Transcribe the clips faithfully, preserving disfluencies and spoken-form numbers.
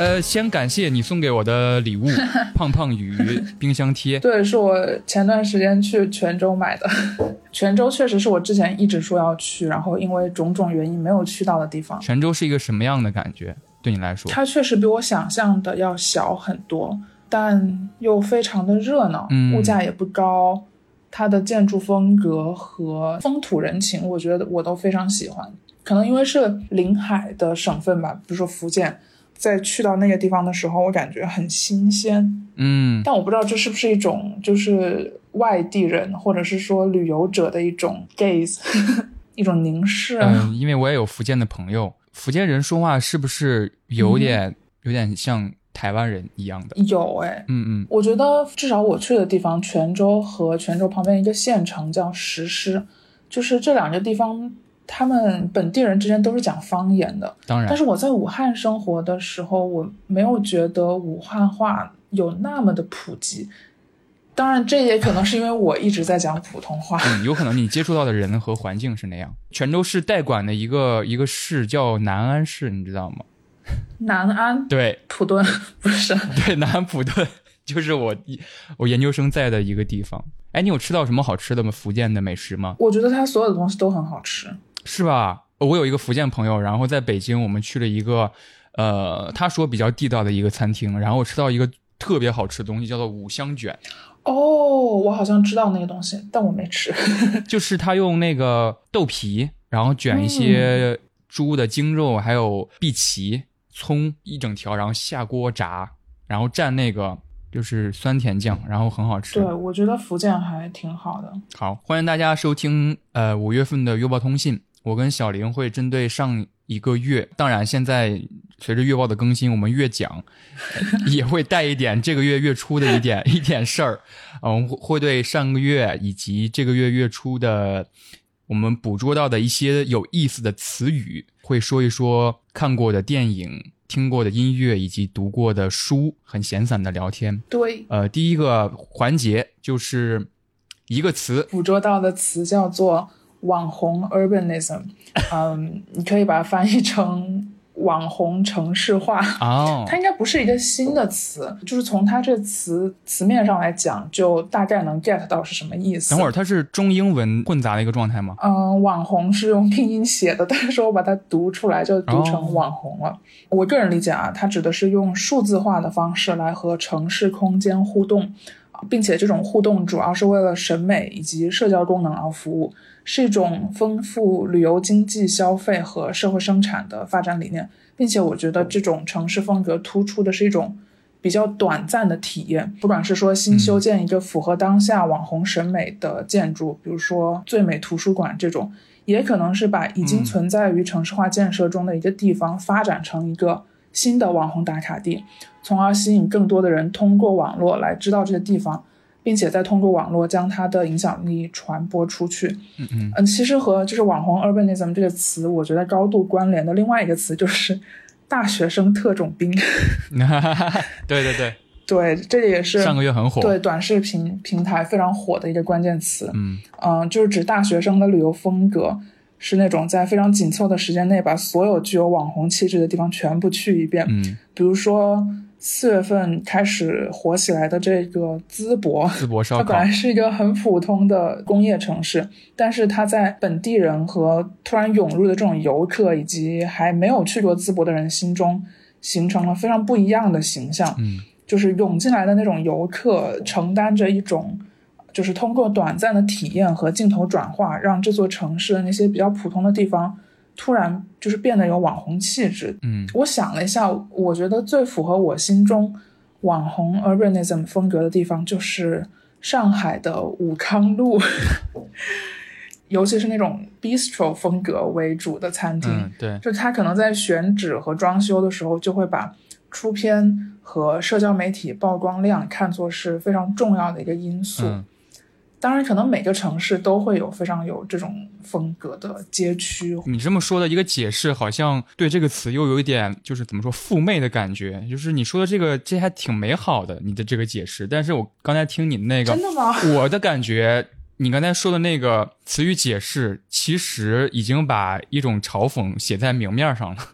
呃，先感谢你送给我的礼物胖胖鱼冰箱贴。 对，是我前段时间去泉州买的。泉州确实是我之前一直说要去，然后因为种种原因没有去到的地方。 泉州是一个什么样的感觉对你来说？ 它确实比我想象的要小很多，但又非常的热闹、嗯、物价也不高，它的建筑风格和风土人情我觉得我都非常喜欢。可能因为是临海的省份吧，比如说福建，在去到那个地方的时候我感觉很新鲜。 嗯， 但我不知道这是不是一种就是外地人或者是说旅游者的一种 gaze 一种凝视。 嗯，因为我也有福建的朋友，福建人说话是不是有点、嗯、有点像台湾人一样的？ 有哎、欸， 嗯嗯， 我觉得至少我去的地方泉州和泉州旁边一个县城叫石狮，就是这两个地方他们本地人之间都是讲方言的。 当然， 但是我在武汉生活的时候我没有觉得武汉话有那么的普及，当然这也可能是因为我一直在讲普通话。 嗯，有可能你接触到的人和环境是那样。泉州市代管的一个一个市叫南安市，你知道吗？ 南安？ 对， 普顿不是？ 对，南安普顿就是我我研究生在的一个地方。哎，你有吃到什么好吃的吗？福建的美食吗？ 我觉得它所有的东西都很好吃。 是吧？我有一个福建朋友，然后在北京我们去了一个呃他说比较地道的一个餐厅，然后我吃到一个特别好吃的东西叫做五香卷。 哦，我好像知道那个东西，但我没吃。 就是他用那个豆皮然后卷一些猪的精肉、嗯、还有荸荠葱一整条，然后下锅炸，然后蘸那个就是酸甜酱，然后很好吃。 对，我觉得福建还挺好的。 好，欢迎大家收听呃五月份的月报通信。我跟小林会针对上一个月，当然现在随着月报的更新，我们月讲、呃、也会带一点这个月月初的一点一点事儿、呃、我们会对上个月以及这个月月初的我们捕捉到的一些有意思的词语，会说一说看过的电影、听过的音乐以及读过的书，很闲散的聊天。 对， 呃，第一个环节就是一个词， 捕捉到的词叫做网红 urbanism， 嗯，你可以把它翻译成网红城市化。 哦， 它应该不是一个新的词，就是从它这词词面上来讲，就大概能 get 到是什么意思。 等会儿它是中英文混杂的一个状态吗？ 嗯，网红是用拼音写的，但是我把它读出来就读成网红了。哦、我个人理解啊，它指的是用数字化的方式来和城市空间互动，并且这种互动主要是为了审美以及社交功能而服务，是一种丰富旅游经济消费和社会生产的发展理念。并且我觉得这种城市风格突出的是一种比较短暂的体验，不管是说新修建一个符合当下网红审美的建筑、嗯、比如说最美图书馆这种，也可能是把已经存在于城市化建设中的一个地方发展成一个新的网红打卡地，从而吸引更多的人通过网络来知道这个地方，并且再通过网络将它的影响力传播出去。 嗯嗯， 嗯，其实和就是网红 urbanism 这个词我觉得高度关联的另外一个词就是大学生特种兵。 对对对对，这个也是上个月很火， 对短视频平台非常火的一个关键词。 嗯嗯，就是指大学生的旅游风格是那种在非常紧凑的时间内把所有具有网红气质的地方全部去一遍。 嗯， 比如说四月份开始火起来的这个淄博， 淄博烧烤， 它本来是一个很普通的工业城市，但是它在本地人和突然涌入的这种游客以及还没有去过淄博的人心中形成了非常不一样的形象。 嗯， 就是涌进来的那种游客承担着一种就是通过短暂的体验和镜头转化，让这座城市的那些比较普通的地方突然就是变得有网红气质。 嗯， 我想了一下，我觉得最符合我心中网红 urbanism 风格的地方就是上海的武康路。尤其是那种 bistro 风格为主的餐厅。 嗯，对， 就他可能在选址和装修的时候就会把出片和社交媒体曝光量看作是非常重要的一个因素。 嗯， 当然可能每个城市都会有非常有这种风格的街区。 你这么说的一个解释好像对这个词又有一点就是怎么说妩媚的感觉，就是你说的这个这还挺美好的你的这个解释，但是我刚才听你那个， 真的吗？ 我的感觉你刚才说的那个词语解释其实已经把一种嘲讽写在明面上了。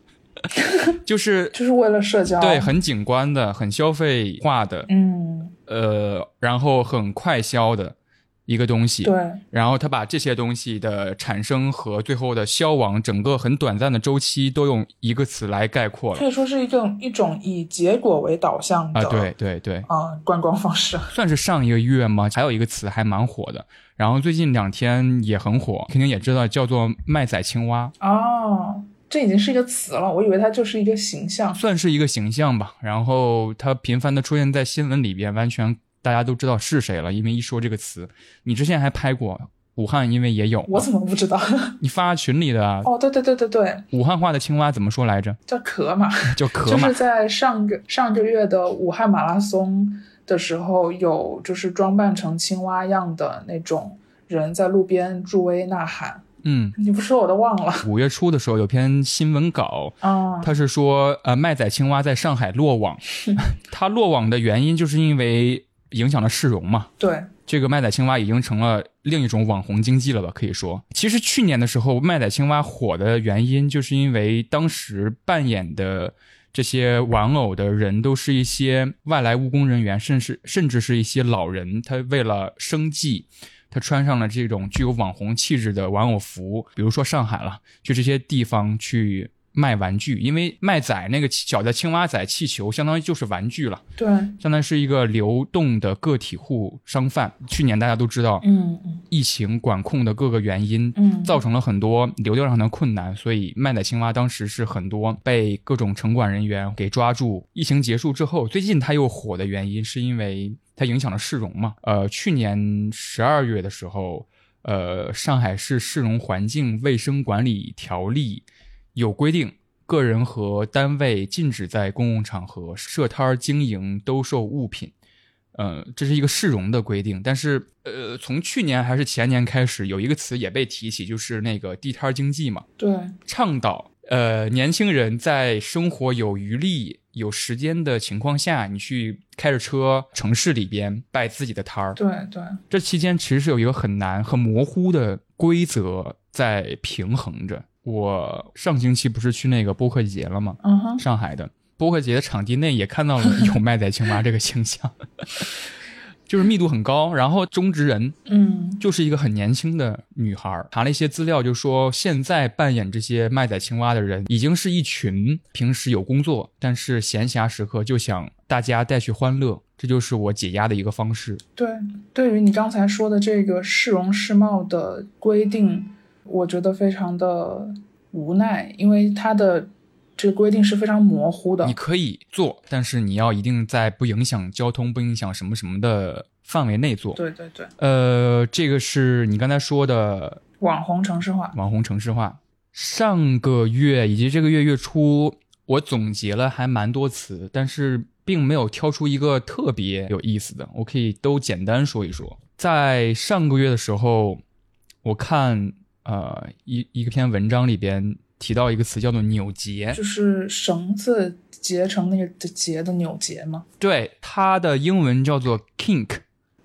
就是就是为了社交， 对，很景观的，很消费化的， 嗯， 呃，然后很快销的一个东西。 对， 然后他把这些东西的产生和最后的消亡，整个很短暂的周期都用一个词来概括了， 可以说是一种一种以结果为导向的啊，对对对， 啊、呃，观光方式。 算是上一个月吗？还有一个词还蛮火的，然后最近两天也很火，肯定也知道，叫做麦仔青蛙。 哦，这已经是一个词了，我以为它就是一个形象， 算是一个形象吧。然后它频繁的出现在新闻里边，完全大家都知道是谁了，因为一说这个词，你之前还拍过武汉，因为也有， 我怎么不知道？ 你发群里的啊？ 哦，对对对对对， 武汉话的青蛙怎么说来着？ 叫壳嘛， 叫壳嘛。 就是在上个上个月的武汉马拉松的时候，有就是装扮成青蛙样的那种人在路边助威呐喊。 嗯， 你不说我都忘了。 五月初的时候有篇新闻稿， 啊， 他是说，呃，麦仔青蛙在上海落网，它落网的原因就是因为影响了市容嘛。 对， 这个麦仔青蛙已经成了另一种网红经济了吧，可以说。其实去年的时候，麦仔青蛙火的原因，就是因为当时扮演的这些玩偶的人都是一些外来务工人员，甚至甚至是一些老人，他为了生计，他穿上了这种具有网红气质的玩偶服，比如说上海了，去这些地方去卖玩具，因为卖仔那个小的青蛙仔气球相当于就是玩具了， 对， 相当于是一个流动的个体户商贩。去年大家都知道， 嗯嗯， 疫情管控的各个原因， 嗯， 造成了很多流量上的困难，所以卖仔青蛙当时是很多被各种城管人员给抓住。疫情结束之后，最近它又火的原因是因为它影响了市容嘛。呃，去年十二月的时候，呃，上海市市容环境卫生管理条例有规定，个人和单位禁止在公共场合设摊经营兜售物品。呃，这是一个市容的规定，但是呃，从去年还是前年开始，有一个词也被提起，就是那个地摊经济嘛。 对， 倡导呃年轻人在生活有余力、有时间的情况下，你去开着车城市里边摆自己的摊儿。 对对， 这期间其实是有一个很难、很模糊的规则在平衡着。我上星期不是去那个播客节了吗？ 嗯哼， 上海的播客节的场地内也看到了有麦仔青蛙这个形象，就是密度很高。然后中职人， 嗯， 就是一个很年轻的女孩。查了一些资料，就说现在扮演这些麦仔青蛙的人，已经是一群平时有工作，但是闲暇时刻就想大家带去欢乐，这就是我解压的一个方式。 对，对于你刚才说的这个市容市貌的规定，我觉得非常的无奈，因为它的这个规定是非常模糊的。 你可以做，但是你要一定在不影响交通、不影响什么什么的范围内做。 对对对， 呃，这个是你刚才说的网红城市化。 网红城市化。上个月以及这个月月初，我总结了还蛮多词，但是并没有挑出一个特别有意思的，我可以都简单说一说。在上个月的时候，我看呃一一个篇文章里边提到一个词叫做扭结， 就是绳子结成那个结的扭结吗？ 对，它的英文叫做 kink。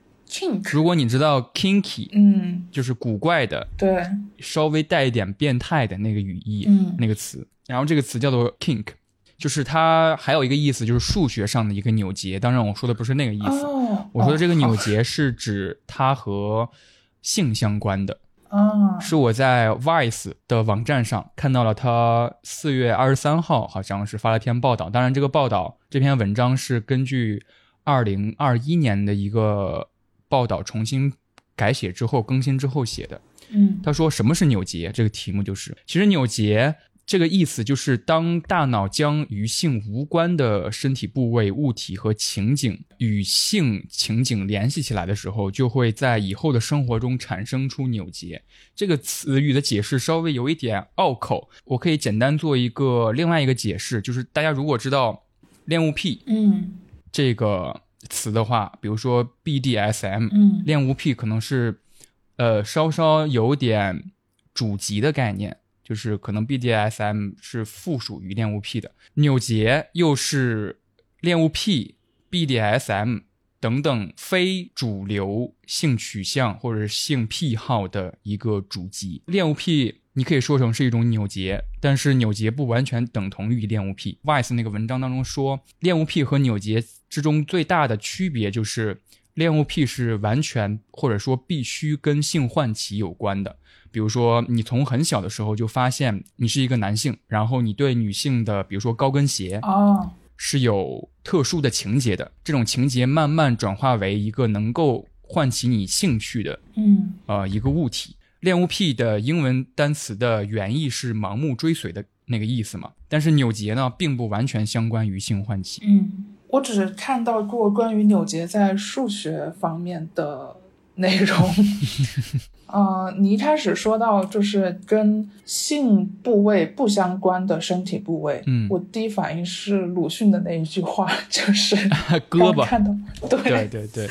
kink， 如果你知道 kinky， 嗯， 就是古怪的， 对， 稍微带一点变态的那个语义， 嗯， 那个词。然后这个词叫做 kink， 就是它还有一个意思，就是数学上的一个扭结。当然我说的不是那个意思， 哦， 我说的这个扭哦结是指它和性相关的。 啊， 是我在 Vice 的网站上看到了他四月二十三号好像是发了篇报道，当然这个报道这篇文章是根据二零二一年的一个报道重新改写之后更新之后写的。 嗯， 他说什么是扭结，这个题目就是其实扭结这个意思就是当大脑将与性无关的身体部位、物体和情景与性情景联系起来的时候，就会在以后的生活中产生出扭结。这个词语的解释稍微有一点拗口，我可以简单做一个另外一个解释，就是大家如果知道恋物癖嗯这个词的话，比如说 B D S M， 嗯， 恋物癖可能是呃稍稍有点主级的概念，就是可能 B D S M 是附属于恋物癖的，扭结又是恋物癖、B D S M 等等非主流性取向或者性癖好的一个主级。恋物癖你可以说成是一种扭结，但是扭结不完全等同于恋物癖。 Vice 那个文章当中说，恋物癖和扭结之中最大的区别就是恋物癖是完全或者说必须跟性唤起有关的，比如说你从很小的时候就发现你是一个男性，然后你对女性的比如说高跟鞋哦是有特殊的情节的，这种情节慢慢转化为一个能够唤起你兴趣的嗯呃一个物体。恋物癖的英文单词的原意是盲目追随的那个意思嘛，但是扭结呢并不完全相关于性唤起。 嗯，我只是看到过关于扭结在数学方面的内容。呃，你一开始说到就是跟性部位不相关的身体部位， 嗯， 我第一反应是鲁迅的那一句话，就是胳膊。 看到，对对对对。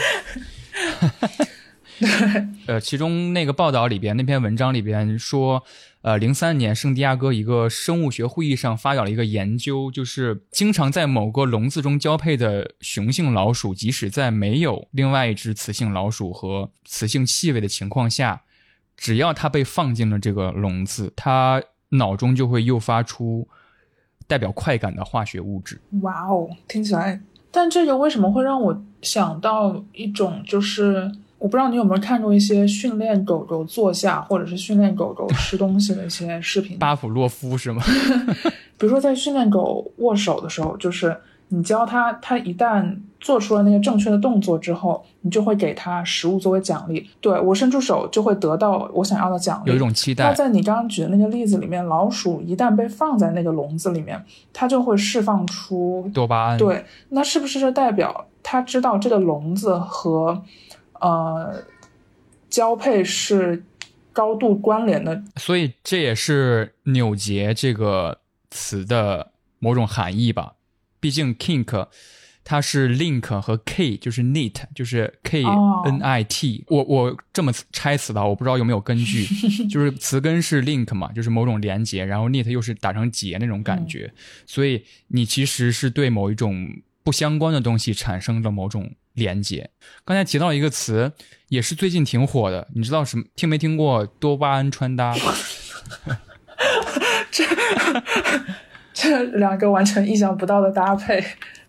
呃，其中那个报道里边，那篇文章里边说，呃，零三年圣地亚哥一个生物学会议上发表了一个研究，就是经常在某个笼子中交配的雄性老鼠，即使在没有另外一只雌性老鼠和雌性气味的情况下，只要它被放进了这个笼子，它脑中就会诱发出代表快感的化学物质。 哇哦，听起来，但这个为什么会让我想到一种就是我不知道你有没有看过一些训练狗狗坐下或者是训练狗狗吃东西的一些视频。 巴甫洛夫是吗？ 比如说在训练狗握手的时候，就是你教它，它一旦做出了那个正确的动作之后，你就会给它食物作为奖励。对，我伸出手就会得到我想要的奖励， 有一种期待。 那在你刚刚举的那个例子里面，老鼠一旦被放在那个笼子里面，它就会释放出多巴胺。 对，那是不是这代表它知道这个笼子和呃交配是高度关联的？ 所以这也是扭结这个词的某种含义吧。毕竟 kink 它是 link 和 k 就是 knit 就是 k n i t、oh. 我我这么拆词的，我不知道有没有根据。就是词根是 link 嘛，就是某种连结，然后 knit 又是打成结那种感觉、嗯、所以你其实是对某一种不相关的东西产生了某种连结。刚才提到一个词也是最近挺火的，你知道什么？听没听过多巴胺穿搭？ 这这两个完全意想不到的搭配。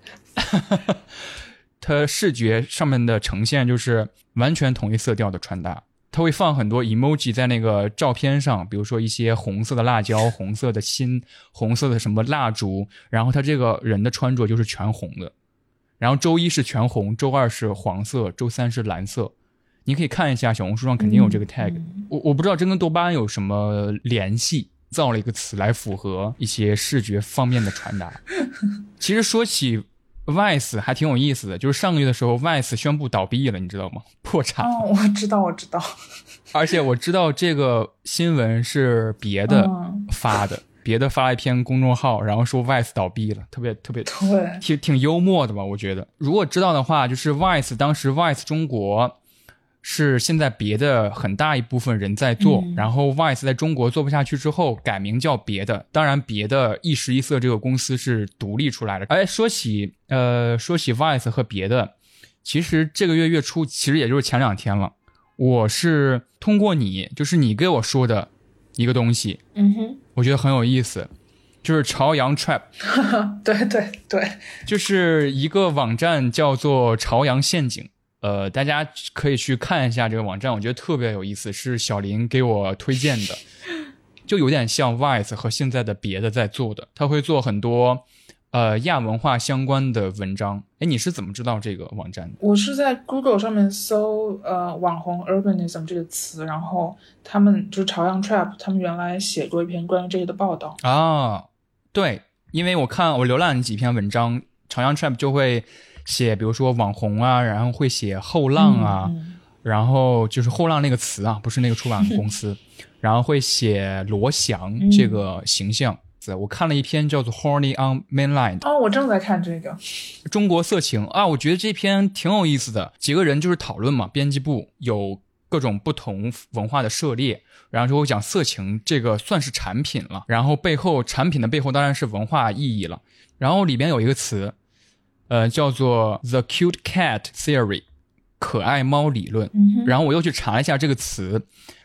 它视觉上面的呈现就是完全统一色调的穿搭，它会放很多 emoji 在那个照片上，比如说一些红色的辣椒、红色的心、红色的什么蜡烛，然后他这个人的穿着就是全红的，然后周一是全红，周二是黄色，周三是蓝色。你可以看一下小红书上肯定有这个 tag、嗯、我我不知道这跟多巴胺有什么联系，造了一个词来符合一些视觉方面的传达。其实说起 Vice 还挺有意思的，就是上个月的时候 Vice 宣布倒闭了，你知道吗？破产了。 哦，我知道我知道。 而且我知道这个新闻是别的发的、嗯、别的发了一篇公众号，然后说 Vice 倒闭了，特别特别对， 挺挺幽默的吧，我觉得。如果知道的话，就是 Vice 当时 Vice 中国是现在别的很大一部分人在做、嗯、然后 Vice 在中国做不下去之后改名叫别的，当然别的一时一色这个公司是独立出来的。哎，说起呃说起 Vice 和别的，其实这个月月初其实也就是前两天了，我是通过你就是你给我说的一个东西， 嗯哼， 我觉得很有意思，就是朝阳 Trap。 对对对， 就是一个网站叫做朝阳陷阱，呃，大家可以去看一下这个网站，我觉得特别有意思，是小林给我推荐的，就有点像 Vice 和现在的别的在做的，他会做很多呃亚文化相关的文章。哎，你是怎么知道这个网站的？ 我是在 Google 上面搜呃网红 urbanism 这个词，然后他们就是朝阳 Trap 他们原来写过一篇关于这个的报道啊。对，因为我看我浏览几篇文章，朝阳 Trap 就会写比如说网红啊，然后会写后浪啊、嗯、然后就是后浪那个词啊，不是那个出版公司然后会写罗翔这个形象、嗯、我看了一篇叫做 Horny on Mainland。 哦，我正在看这个中国色情啊，我觉得这篇挺有意思的，几个人就是讨论嘛，编辑部有各种不同文化的涉猎，然后就会讲色情这个算是产品了，然后背后产品的背后当然是文化意义了，然后里边有一个词呃，叫做 The Cute Cat Theory 可爱猫理论、嗯、然后我又去查一下这个词，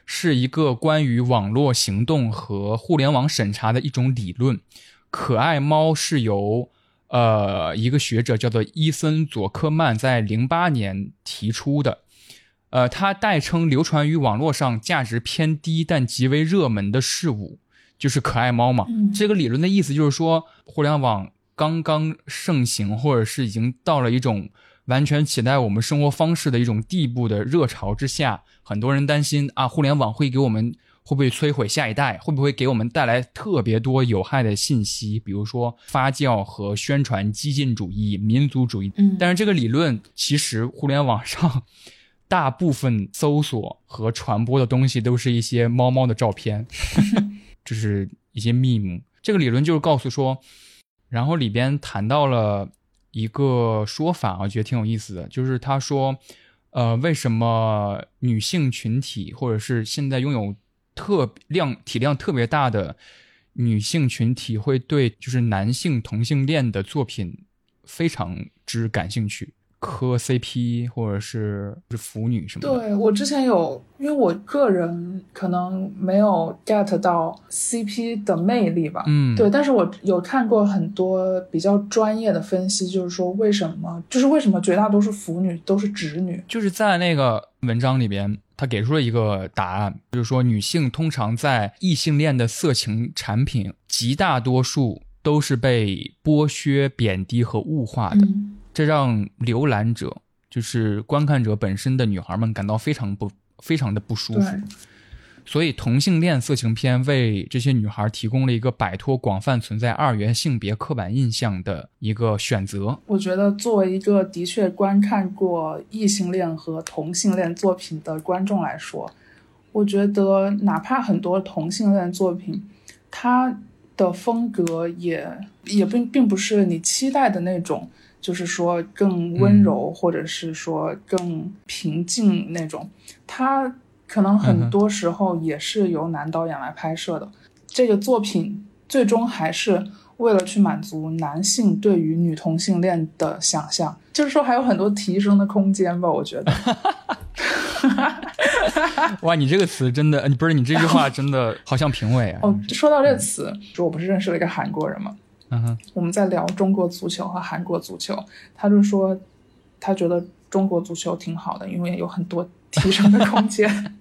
是一个关于网络行动和互联网审查的一种理论。可爱猫是由呃一个学者叫做伊森佐克曼在零八年提出的。呃，他代称流传于网络上价值偏低但极为热门的事物就是可爱猫嘛、嗯、这个理论的意思就是说，互联网刚刚盛行，或者是已经到了一种完全取代我们生活方式的一种地步的热潮之下，很多人担心啊，互联网会给我们会不会摧毁下一代，会不会给我们带来特别多有害的信息，比如说发酵和宣传激进主义、民族主义、嗯、但是这个理论其实互联网上大部分搜索和传播的东西都是一些猫猫的照片就是一些 meme。 这个理论就是告诉说，然后里边谈到了一个说法，我觉得挺有意思的，就是他说呃，为什么女性群体或者是现在拥有特量体量特别大的女性群体会对就是男性同性恋的作品非常之感兴趣，磕 C P 或者是是腐女什么的。 对，我之前有，因为我个人可能没有 get 到 C P 的魅力吧， 嗯， 对，但是我有看过很多比较专业的分析，就是说为什么，就是为什么绝大多数腐女都是直女， 就是在那个文章里边他给出了一个答案，就是说女性通常在异性恋的色情产品极大多数都是被剥削、贬低和物化的、嗯这让浏览者就是观看者本身的女孩们感到非常不非常的不舒服，所以同性恋色情片为这些女孩提供了一个摆脱广泛存在二元性别刻板印象的一个选择。 我觉得作为一个的确观看过异性恋和同性恋作品的观众来说，我觉得哪怕很多同性恋作品它的风格也也并并不是你期待的那种，就是说更温柔、嗯、或者是说更平静那种，它可能很多时候也是由男导演来拍摄的、嗯、这个作品最终还是为了去满足男性对于女同性恋的想象，就是说还有很多提升的空间吧，我觉得哇，你这个词真的，不是你这句话真的好像评委啊。 哦，说到这个词，说我不是认识了一个韩国人吗？ 嗯哼， 我们在聊中国足球和韩国足球，他就说他觉得中国足球挺好的，因为有很多提升的空间。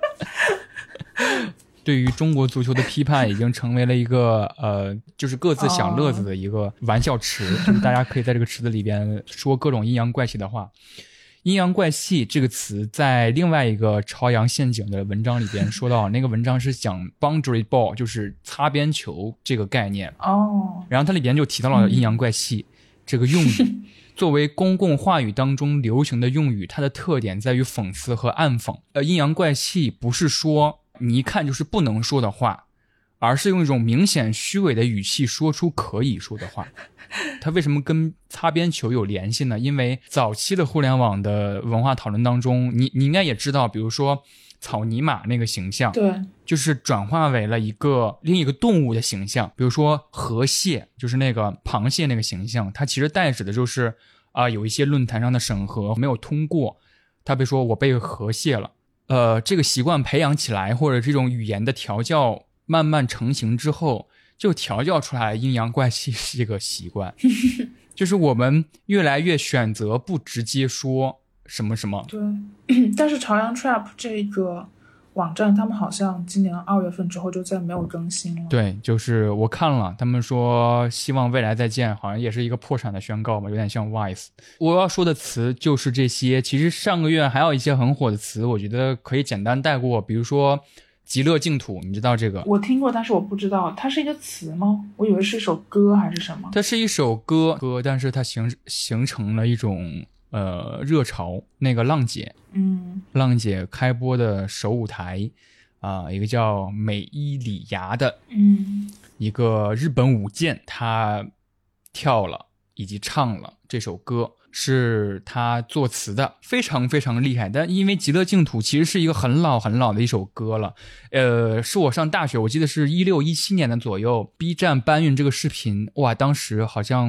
对于中国足球的批判已经成为了一个呃，就是各自享乐子的一个玩笑池、哦、就是大家可以在这个池子里边说各种阴阳怪气的话。阴阳怪气这个词在另外一个朝阳陷阱的文章里边说到，那个文章是讲 boundary ball 就是擦边球这个概念哦， 然后它里边就提到了阴阳怪气、嗯、这个用语作为公共话语当中流行的用语，它的特点在于讽刺和暗讽。呃，阴阳怪气不是说你一看就是不能说的话，而是用一种明显虚伪的语气说出可以说的话。它为什么跟擦边球有联系呢？因为早期的互联网的文化讨论当中，你你应该也知道，比如说草泥马那个形象， 对， 就是转化为了一个另一个动物的形象。比如说河蟹，就是那个螃蟹那个形象，它其实代指的就是啊、呃，有一些论坛上的审核没有通过，他被说我被河蟹了。呃，这个习惯培养起来，或者这种语言的调教慢慢成型之后，就调教出来阴阳怪气是这个习惯。就是我们越来越选择不直接说什么什么。 对，但是朝阳 Trap 这个网站他们好像今年二月份之后就再没有更新了。 对，就是我看了他们说希望未来再见，好像也是一个破产的宣告吧，有点像 Vice。 我要说的词就是这些，其实上个月还有一些很火的词，我觉得可以简单带过，比如说极乐净土，你知道这个？ 我听过，但是我不知道它是一个词吗？我以为是一首歌还是什么。 它是一首歌歌，但是它形形成了一种呃热潮。那个浪姐， 嗯， 浪姐开播的首舞台啊、呃，一个叫美伊里芽的， 嗯， 一个日本舞剑，她跳了以及唱了这首歌。是他作词的，非常非常厉害。但因为极乐净土其实是一个很老很老的一首歌了，呃，是我上大学，我记得是一六一七年的左右 B 站搬运这个视频，哇，当时好像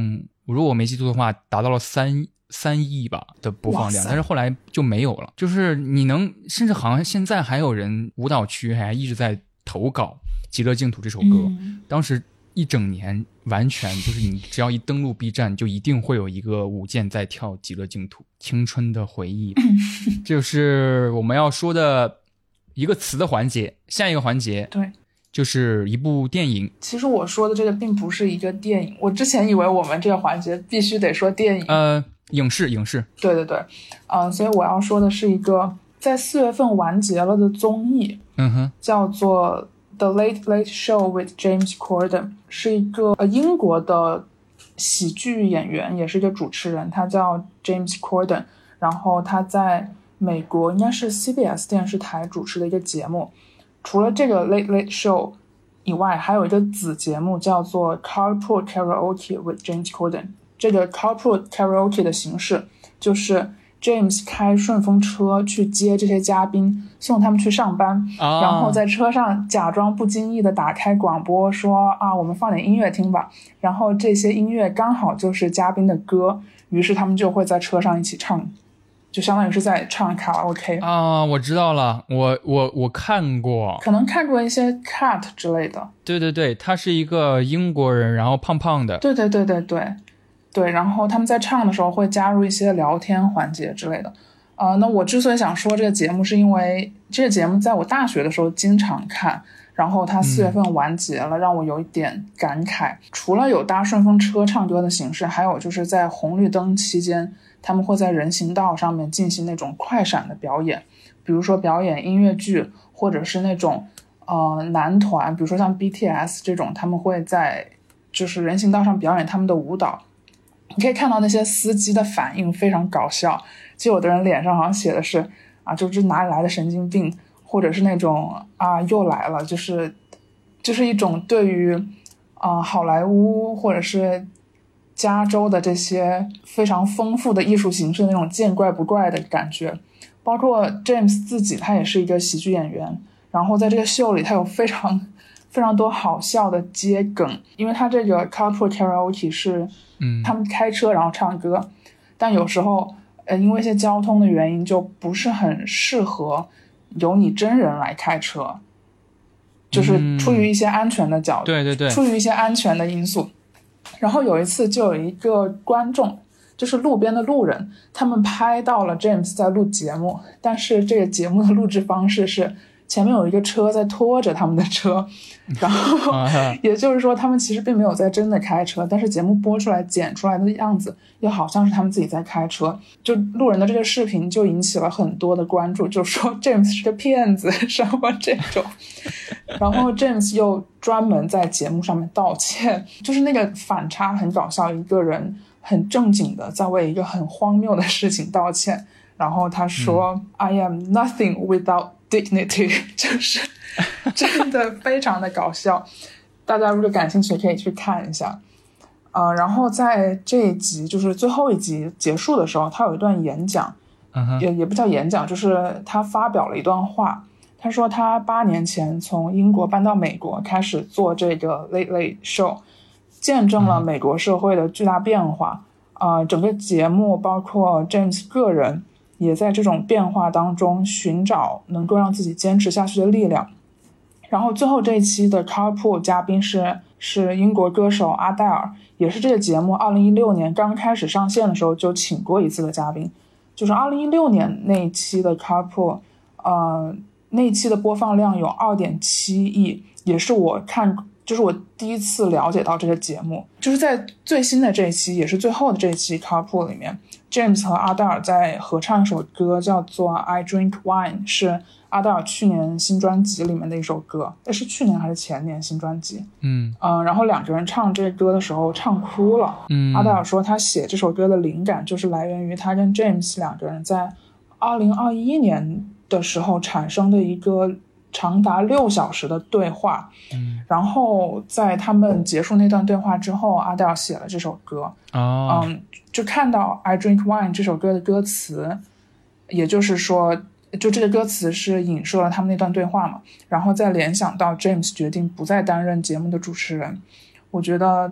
如果我没记错的话，达到了三三亿吧的播放量，但是后来就没有了。就是你能，甚至好像现在还有人舞蹈区还一直在投稿《极乐净土》这首歌， 嗯、 当时一整年完全就是你只要一登录 B 站，就一定会有一个舞剑在跳《极乐净土》，青春的回忆。这就是我们要说的一个词的环节。下一个环节， 对。 就是一部电影。 其实我说的这个并不是一个电影，我之前以为我们这个环节必须得说电影。 呃，影视，影视。 对对对，嗯、呃，所以我要说的是一个在四月份完结了的综艺， 嗯哼， 叫做 The Late Late Show with James Corden， 是一个呃英国的喜剧演员，也是一个主持人，他叫 James Corden， 然后他在美国应该是 C B S 电视台主持的一个节目。除了这个 Late Late Show 以外，还有一个子节目叫做 Carpool Karaoke with James Corden。 这个 Carpool Karaoke 的形式就是 James 开顺风车去接这些嘉宾，送他们去上班、啊、然后在车上假装不经意的打开广播说啊，我们放点音乐听吧，然后这些音乐刚好就是嘉宾的歌，于是他们就会在车上一起唱，就相当于是在唱卡拉 OK 啊，我知道了，我我我看过， 可能看过一些 cut 之类的。 对对对，他是一个英国人，然后胖胖的。 对对对对对对，然后他们在唱的时候会加入一些聊天环节之类的。呃，那我之所以想说这个节目，是因为这个节目在我大学的时候经常看，然后它四月份完结了、嗯、让我有一点感慨。除了有搭顺风车唱歌的形式，还有就是在红绿灯期间他们会在人行道上面进行那种快闪的表演，比如说表演音乐剧，或者是那种呃男团，比如说像 B T S 这种，他们会在就是人行道上表演他们的舞蹈。你可以看到那些司机的反应非常搞笑，就有的人脸上好像写的是啊，就是哪里来的神经病，或者是那种啊又来了，就是就是一种对于啊、呃、好莱坞或者是加州的这些非常丰富的艺术形式那种见怪不怪的感觉。包括 James 自己他也是一个喜剧演员，然后在这个秀里他有非常非常多好笑的接梗，因为他这个 Carpool Karaoke 是他们开车然后唱歌、嗯、但有时候呃，因为一些交通的原因就不是很适合由你真人来开车，就是出于一些安全的角度、嗯、对对对，出于一些安全的因素。然后有一次就有一个观众，就是路边的路人，他们拍到了 James 在录节目，但是这个节目的录制方式是前面有一个车在拖着他们的车，然后也就是说他们其实并没有在真的开车，但是节目播出来剪出来的样子又好像是他们自己在开车，就路人的这个视频就引起了很多的关注，就说 James 是个骗子什么这种。然后 James 又专门在节目上面道歉，就是那个反差很搞笑，一个人很正经的在为一个很荒谬的事情道歉，然后他说、嗯、I am nothing without dignity， 就是真的非常的搞笑。大家如果感兴趣可以去看一下。呃，然后在这一集就是最后一集结束的时候，他有一段演讲、uh-huh. 也也不叫演讲，就是他发表了一段话。他说他八年前从英国搬到美国，开始做这个 Late Late Show， 见证了美国社会的巨大变化。呃，整个节目包括 James 个人也在这种变化当中寻找能够让自己坚持下去的力量。然后最后这一期的 Carpool 嘉宾是是英国歌手阿黛尔，也是这个节目二零一六年刚开始上线的时候就请过一次的嘉宾。就是二零一六年那一期的 Carpool， 呃，那一期的播放量有 二点七亿，也是我看就是我第一次了解到这个节目。就是在最新的这一期，也是最后的这一期 Carpool 里面， James 和阿黛尔在合唱一首歌叫做 I Drink Wine， 是阿黛尔去年新专辑里面的一首歌，是去年还是前年新专辑。嗯嗯，然后两个人唱这个歌的时候唱哭了。嗯，阿黛尔说他写这首歌的灵感就是来源于他跟 James 两个人在二零二一年的时候产生的一个长达六小时的对话。嗯，然后在他们结束那段对话之后，阿黛尔写了这首歌。哦，嗯，就看到 I Drink Wine 这首歌的歌词，也就是说就这个歌词是影射了他们那段对话嘛，然后再联想到 James 决定不再担任节目的主持人。我觉得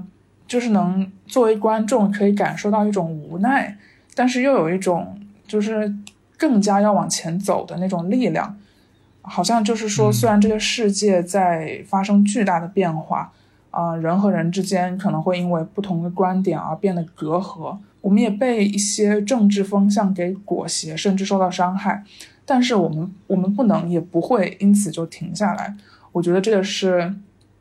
就是能作为观众可以感受到一种无奈，但是又有一种就是更加要往前走的那种力量。好像就是说，虽然这个世界在发生巨大的变化，啊、呃，人和人之间可能会因为不同的观点而变得隔阂，我们也被一些政治风向给裹挟，甚至受到伤害。但是我们我们不能也不会因此就停下来。我觉得这个是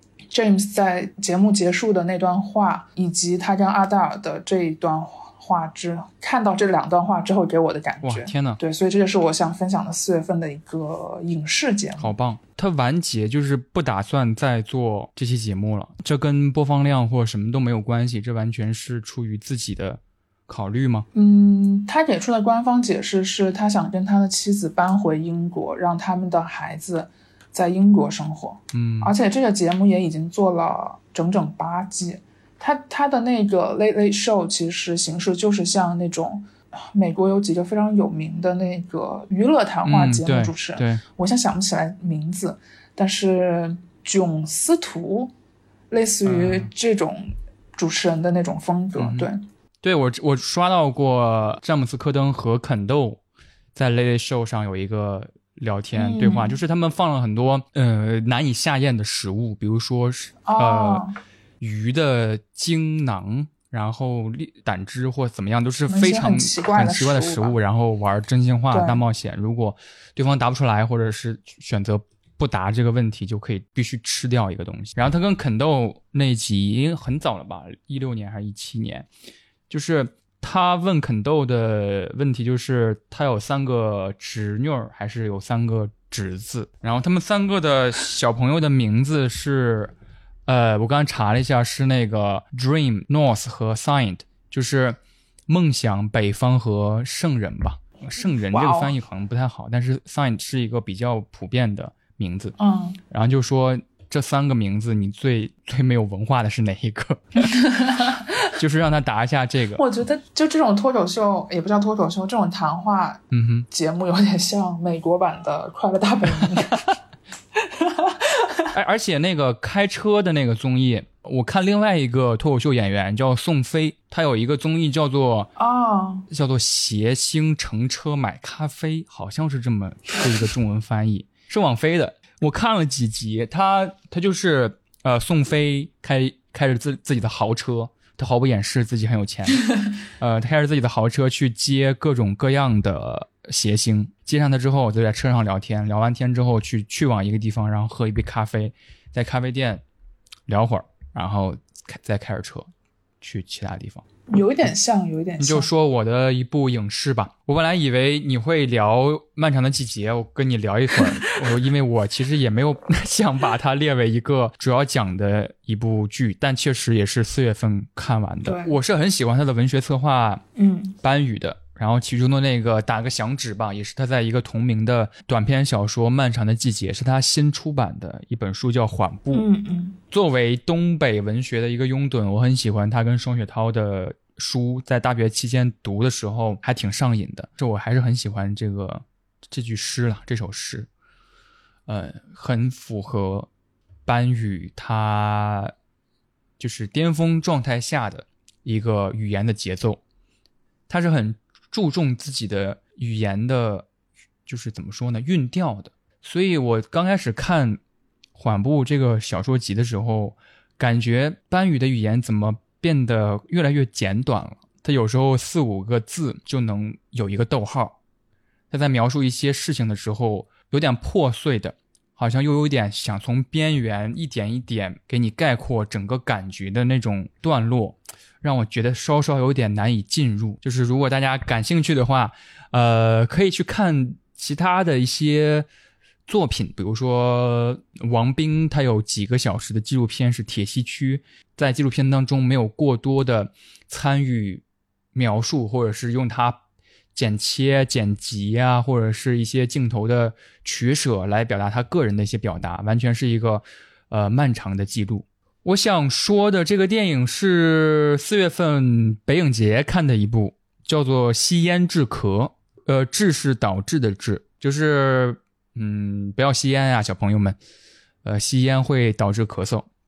James 在节目结束的那段话，以及他跟阿黛尔的这一段话之看到这两段话之后给我的感觉。 哇，天哪！ 对，所以这就是我想分享的四月份的一个影视节目。 好棒！他完结就是不打算再做这期节目了，这跟播放量或什么都没有关系，这完全是出于自己的考虑吗？ 嗯，他给出的官方解释是他想跟他的妻子搬回英国，让他们的孩子在英国生活。 嗯， 而且这个节目也已经做了整整八季。他他的那个 Late Late Show 其实形式就是像那种美国有几个非常有名的那个娱乐谈话节目主持人、 嗯、对, 对我现在想不起来名字，但是囧司图类似于这种主持人的那种风格、嗯、对对，我我刷到过詹姆斯科登和肯豆在 Late Late Show 上有一个聊天、嗯、对话，就是他们放了很多呃难以下咽的食物，比如说呃、哦鱼的精囊，然后胆汁或怎么样，都是非常很奇怪的食物， 的食物然后玩真心话大冒险，如果对方答不出来或者是选择不答这个问题，就可以必须吃掉一个东西。然后他跟肯豆那集很早了吧，一六年还是一七年，就是他问肯豆的问题就是他有三个侄女还是有三个侄子，然后他们三个的小朋友的名字是呃，我刚刚查了一下，是那个 Dream North 和 Signed， 就是梦想北方和圣人吧。圣人这个翻译可能不太好， wow. 但是 Signed 是一个比较普遍的名字。 嗯， 然后就说这三个名字你最最没有文化的是哪一个？就是让他答一下这个。 我觉得就这种脱口秀，也不叫脱口秀，这种谈话节目有点像美国版的快乐大本营。 而且那个开车的那个综艺，我看另外一个脱口秀演员叫宋飞，他有一个综艺叫做啊、oh. 叫做谐星乘车买咖啡，好像是这么这一个中文翻译，是网飞的。我看了几集，他他就是呃宋飞开开着自自己的豪车，他毫不掩饰自己很有钱，呃他开着自己的豪车去接各种各样的谐星，接上他之后就在车上聊天，聊完天之后去去往一个地方，然后喝一杯咖啡，在咖啡店聊会儿，然后再开着车去其他地方。 有一点像有一点像。 你就说我的一部影视吧，我本来以为你会聊漫长的季节，我跟你聊一会儿我因为我其实也没有想把它列为一个主要讲的一部剧，但确实也是四月份看完的。我是很喜欢他的文学策划嗯， 班宇的，然后其中的那个打个响指吧，也是他在一个同名的短篇小说《漫长的季节》，是他新出版的一本书叫《缓步》。 嗯嗯， 作为东北文学的一个拥趸，我很喜欢他跟双雪涛的书，在大学期间读的时候还挺上瘾的。这我还是很喜欢这个这句诗了，这首诗，呃，很符合班宇他就是巅峰状态下的一个语言的节奏，他是很注重自己的语言的，就是怎么说呢，韵调的。所以我刚开始看缓步这个小说集的时候，感觉班宇的语言怎么变得越来越简短了，他有时候四五个字就能有一个逗号，他在描述一些事情的时候有点破碎的，好像又有点想从边缘一点一点给你概括整个感觉的那种段落，让我觉得稍稍有点难以进入。就是如果大家感兴趣的话，呃，可以去看其他的一些作品，比如说王冰他有几个小时的纪录片是铁西区，在纪录片当中没有过多的参与描述，或者是用它剪切剪辑啊，或者是一些镜头的取舍来表达他个人的一些表达，完全是一个呃漫长的记录。我想说的这个电影是四月份北影节看的一部，叫做吸烟治咳，呃，治是导致的治，就是嗯，不要吸烟啊，小朋友们，呃，吸烟会导致咳嗽。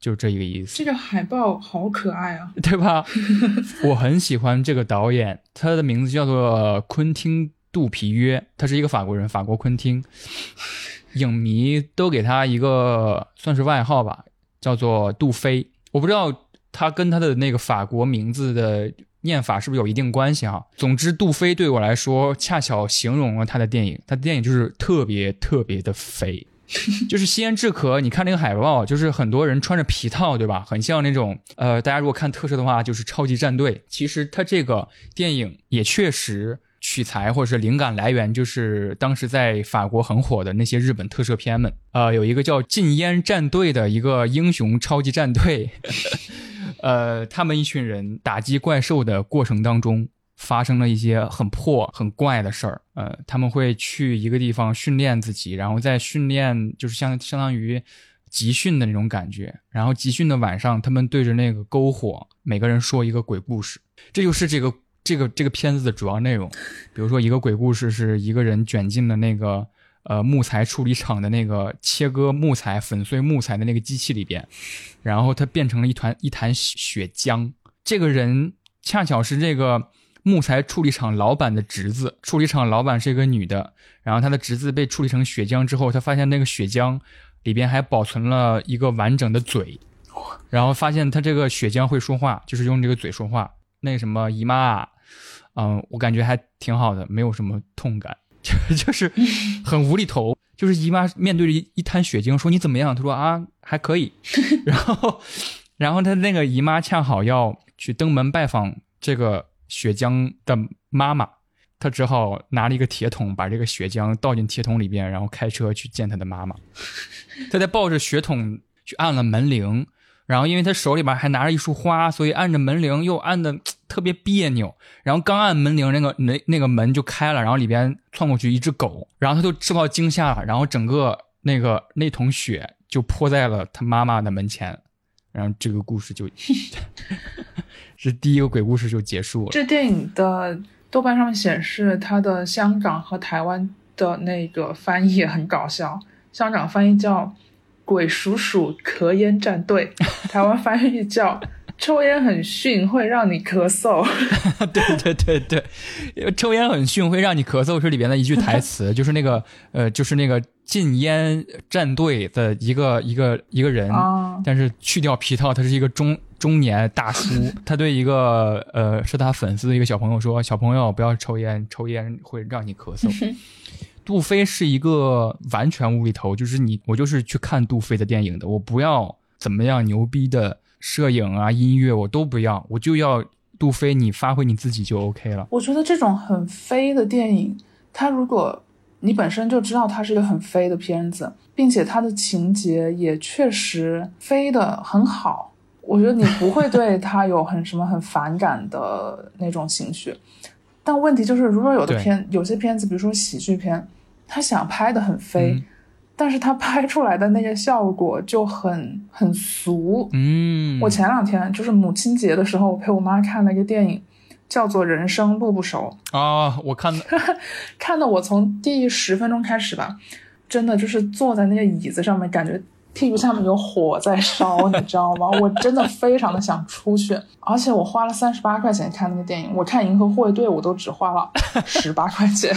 就这一个意思。 这个海报好可爱啊， 对吧？我很喜欢这个导演，他的名字叫做昆汀·杜皮约，他是一个法国人，法国昆汀。影迷都给他一个算是外号吧，叫做杜飞。我不知道他跟他的那个法国名字的念法是不是有一定关系哈。总之杜飞对我来说恰巧形容了他的电影，他的电影就是特别特别的肥。就是西安智可，你看那个海报，就是很多人穿着皮套，对吧？很像那种呃，大家如果看特摄的话，就是超级战队。其实他这个电影也确实取材或者是灵感来源，就是当时在法国很火的那些日本特摄片们。呃，有一个叫禁烟战队的一个英雄超级战队，呃，他们一群人打击怪兽的过程当中，发生了一些很破很怪的事儿。呃，他们会去一个地方训练自己，然后在训练就是相相当于集训的那种感觉。然后集训的晚上，他们对着那个篝火，每个人说一个鬼故事。这就是这个这个这个片子的主要内容。比如说一个鬼故事是一个人卷进了那个呃木材处理厂的那个切割木材粉碎木材的那个机器里边，然后他变成了一团一滩血浆。这个人恰巧是这个木材处理厂老板的侄子，处理厂老板是一个女的，然后她的侄子被处理成血浆之后，他发现那个血浆里边还保存了一个完整的嘴，然后发现他这个血浆会说话，就是用这个嘴说话。那什么姨妈，嗯，我感觉还挺好的，没有什么痛感，就是很无厘头。就是姨妈面对着一一滩血浆说你怎么样？他说啊还可以。然后，然后他那个姨妈恰好要去登门拜访这个血浆的妈妈，他只好拿了一个铁桶，把这个血浆倒进铁桶里边，然后开车去见他的妈妈。他在抱着血桶去按了门铃，然后因为他手里边还拿着一束花，所以按着门铃又按的特别别扭。然后刚按门铃，那个那那个门就开了，然后里边窜过去一只狗，然后他就受到惊吓了，然后整个那个那桶血就泼在了他妈妈的门前，然后这个故事就这第一个鬼故事就结束了。 这电影的豆瓣上面显示，它的香港和台湾的那个翻译也很搞笑。香港翻译叫鬼叔叔咳烟战队，台湾翻译叫抽烟很逊会让你咳嗽。 对对对对，抽烟很逊会让你咳嗽是里边的一句台词，就是那个呃，就是那个禁烟战队的一个一个一个人， 啊、 但是去掉皮套，他是一个中中年大叔，他对一个呃是他粉丝的一个小朋友说：“小朋友不要抽烟，抽烟会让你咳嗽。”杜飞是一个完全无厘头，就是你我就是去看杜飞的电影的，我不要怎么样牛逼的摄影啊音乐我都不要，我就要杜飞你发挥你自己就 OK 了。 我觉得这种很飞的电影，它如果你本身就知道它是一个很飞的片子，并且它的情节也确实飞得很好，我觉得你不会对它有很什么很反感的那种情绪。但问题就是，如果有的片有些片子，比如说喜剧片，他想拍得很飞、嗯、但是他拍出来的那个效果就很很俗。 嗯， 我前两天就是母亲节的时候，我陪我妈看了一个电影叫做《人生路不熟》 啊，我看看的我从第十分钟开始吧，真的就是坐在那个椅子上面，感觉屁股下面有火在烧，你知道吗？我真的非常的想出去，而且我花了三十八块钱看那个电影，我看《银河护卫队》我都只花了十八块钱。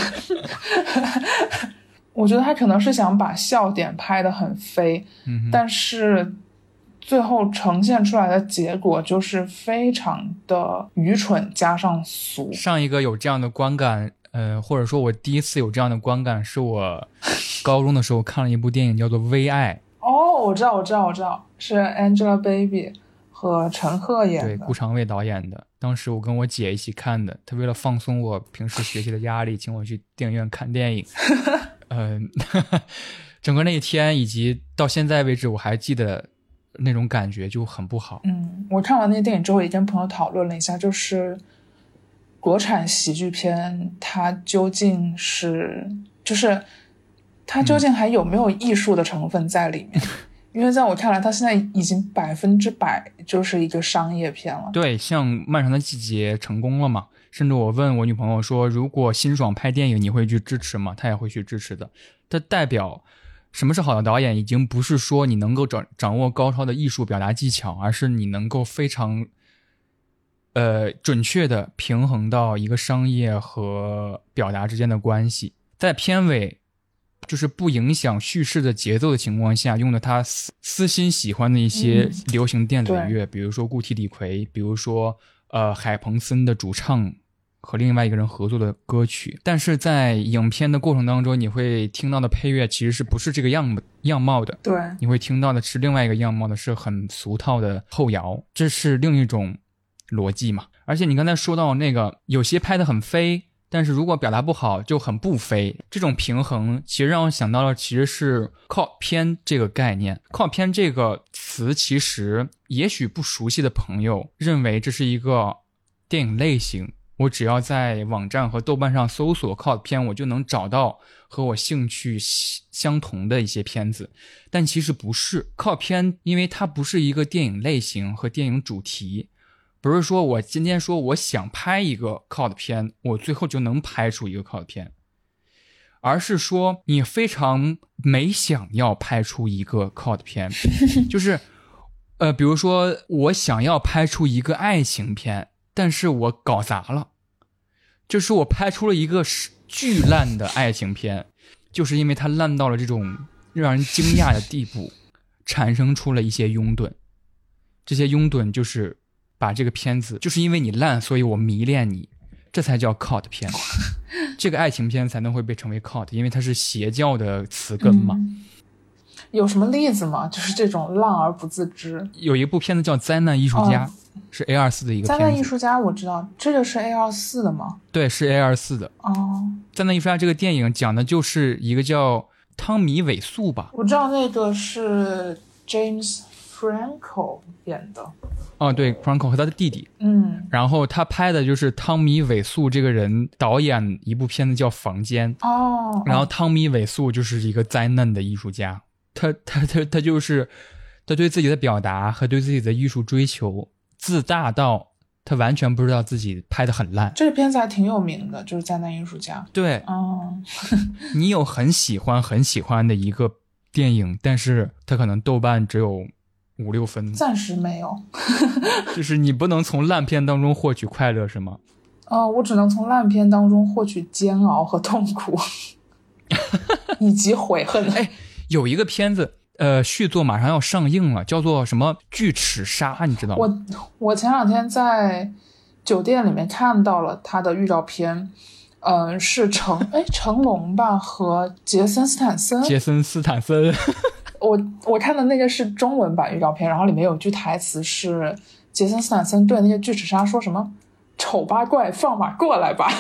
我觉得他可能是想把笑点拍得很飞、嗯、但是最后呈现出来的结果就是非常的愚蠢加上俗。 上一个有这样的观感呃，或者说我第一次有这样的观感是我高中的时候看了一部电影叫做《微爱》。 哦，我知道我知道我知道，是 Angelababy 和陈赫演的， 对，顾长卫导演的。当时我跟我姐一起看的，她为了放松我平时学习的压力，请我去电影院看电影。呃，整个那一天以及到现在为止，我还记得那种感觉就很不好。 嗯，我看完那个电影之后也跟朋友讨论了一下，就是国产喜剧片它究竟是就是它究竟还有没有艺术的成分在里面、嗯、因为在我看来它现在已经百分之百就是一个商业片了。 对，像漫长的季节成功了嘛，甚至我问我女朋友说如果辛爽拍电影你会去支持吗？她也会去支持的。它代表什么是好的导演，已经不是说你能够掌掌握高超的艺术表达技巧，而是你能够非常呃准确的平衡到一个商业和表达之间的关系，在片尾就是不影响叙事的节奏的情况下，用的他私私心喜欢的一些流行电子乐、嗯、比如说固体李逵，比如说呃海鹏森的主唱和另外一个人合作的歌曲，但是在影片的过程当中，你会听到的配乐其实是不是这个样样貌的？ 对， 你会听到的是另外一个样貌的，是很俗套的后摇，这是另一种逻辑嘛。而且你刚才说到那个有些拍得很飞，但是如果表达不好就很不飞，这种平衡其实让我想到了其实是靠片这个概念。靠片这个词其实也许不熟悉的朋友认为这是一个电影类型，我只要在网站和豆瓣上搜索靠片，我就能找到和我兴趣相同的一些片子，但其实不是。靠片因为它不是一个电影类型和电影主题，不是说我今天说我想拍一个靠的片，我最后就能拍出一个靠的片，而是说你非常没想要拍出一个靠的片就是呃，比如说我想要拍出一个爱情片，但是我搞砸了，就是我拍出了一个巨烂的爱情片，就是因为它烂到了这种让人惊讶的地步，产生出了一些拥趸，这些拥趸就是把这个片子，就是因为你烂所以我迷恋你，这才叫 cult 片这个爱情片才能会被称为 cult， 因为它是邪教的词根嘛、 嗯、有什么例子吗？就是这种浪而不自知。 有一部片子叫灾难艺术家、哦，是 A 二十四 的一个片子。 灾难艺术家我知道，这个是 A 二十四 的吗？ 对，是 A 二十四 的。 哦， 灾难艺术家这个电影讲的就是一个叫汤米·韦素吧。 我知道那个是 James Franco 演的。 哦，对 Franco 和他的弟弟。 嗯， 然后他拍的就是汤米·韦素这个人导演一部片子叫《房间》。 哦， 然后汤米·韦素就是一个灾难的艺术家，他他他他就是他对自己的表达和对自己的艺术追求自大到他完全不知道自己拍得很烂。 这个片子还挺有名的，就是灾难艺术家。 对， 哦， 你有很喜欢很喜欢的一个电影，但是它可能豆瓣只有五六分。 暂时没有。 就是你不能从烂片当中获取快乐是吗？ 呃，我只能从烂片当中获取煎熬和痛苦以及悔恨。 哎，有一个片子呃，续作马上要上映了，叫做什么巨齿鲨，你知道吗？ 我我前两天在酒店里面看到了他的预告片，嗯、呃，是成哎成龙吧和杰森斯坦森。 杰森斯坦森。 我我看的那个是中文版预告片，然后里面有句台词是杰森斯坦森对那些巨齿鲨说什么：“丑八怪，放马过来吧。”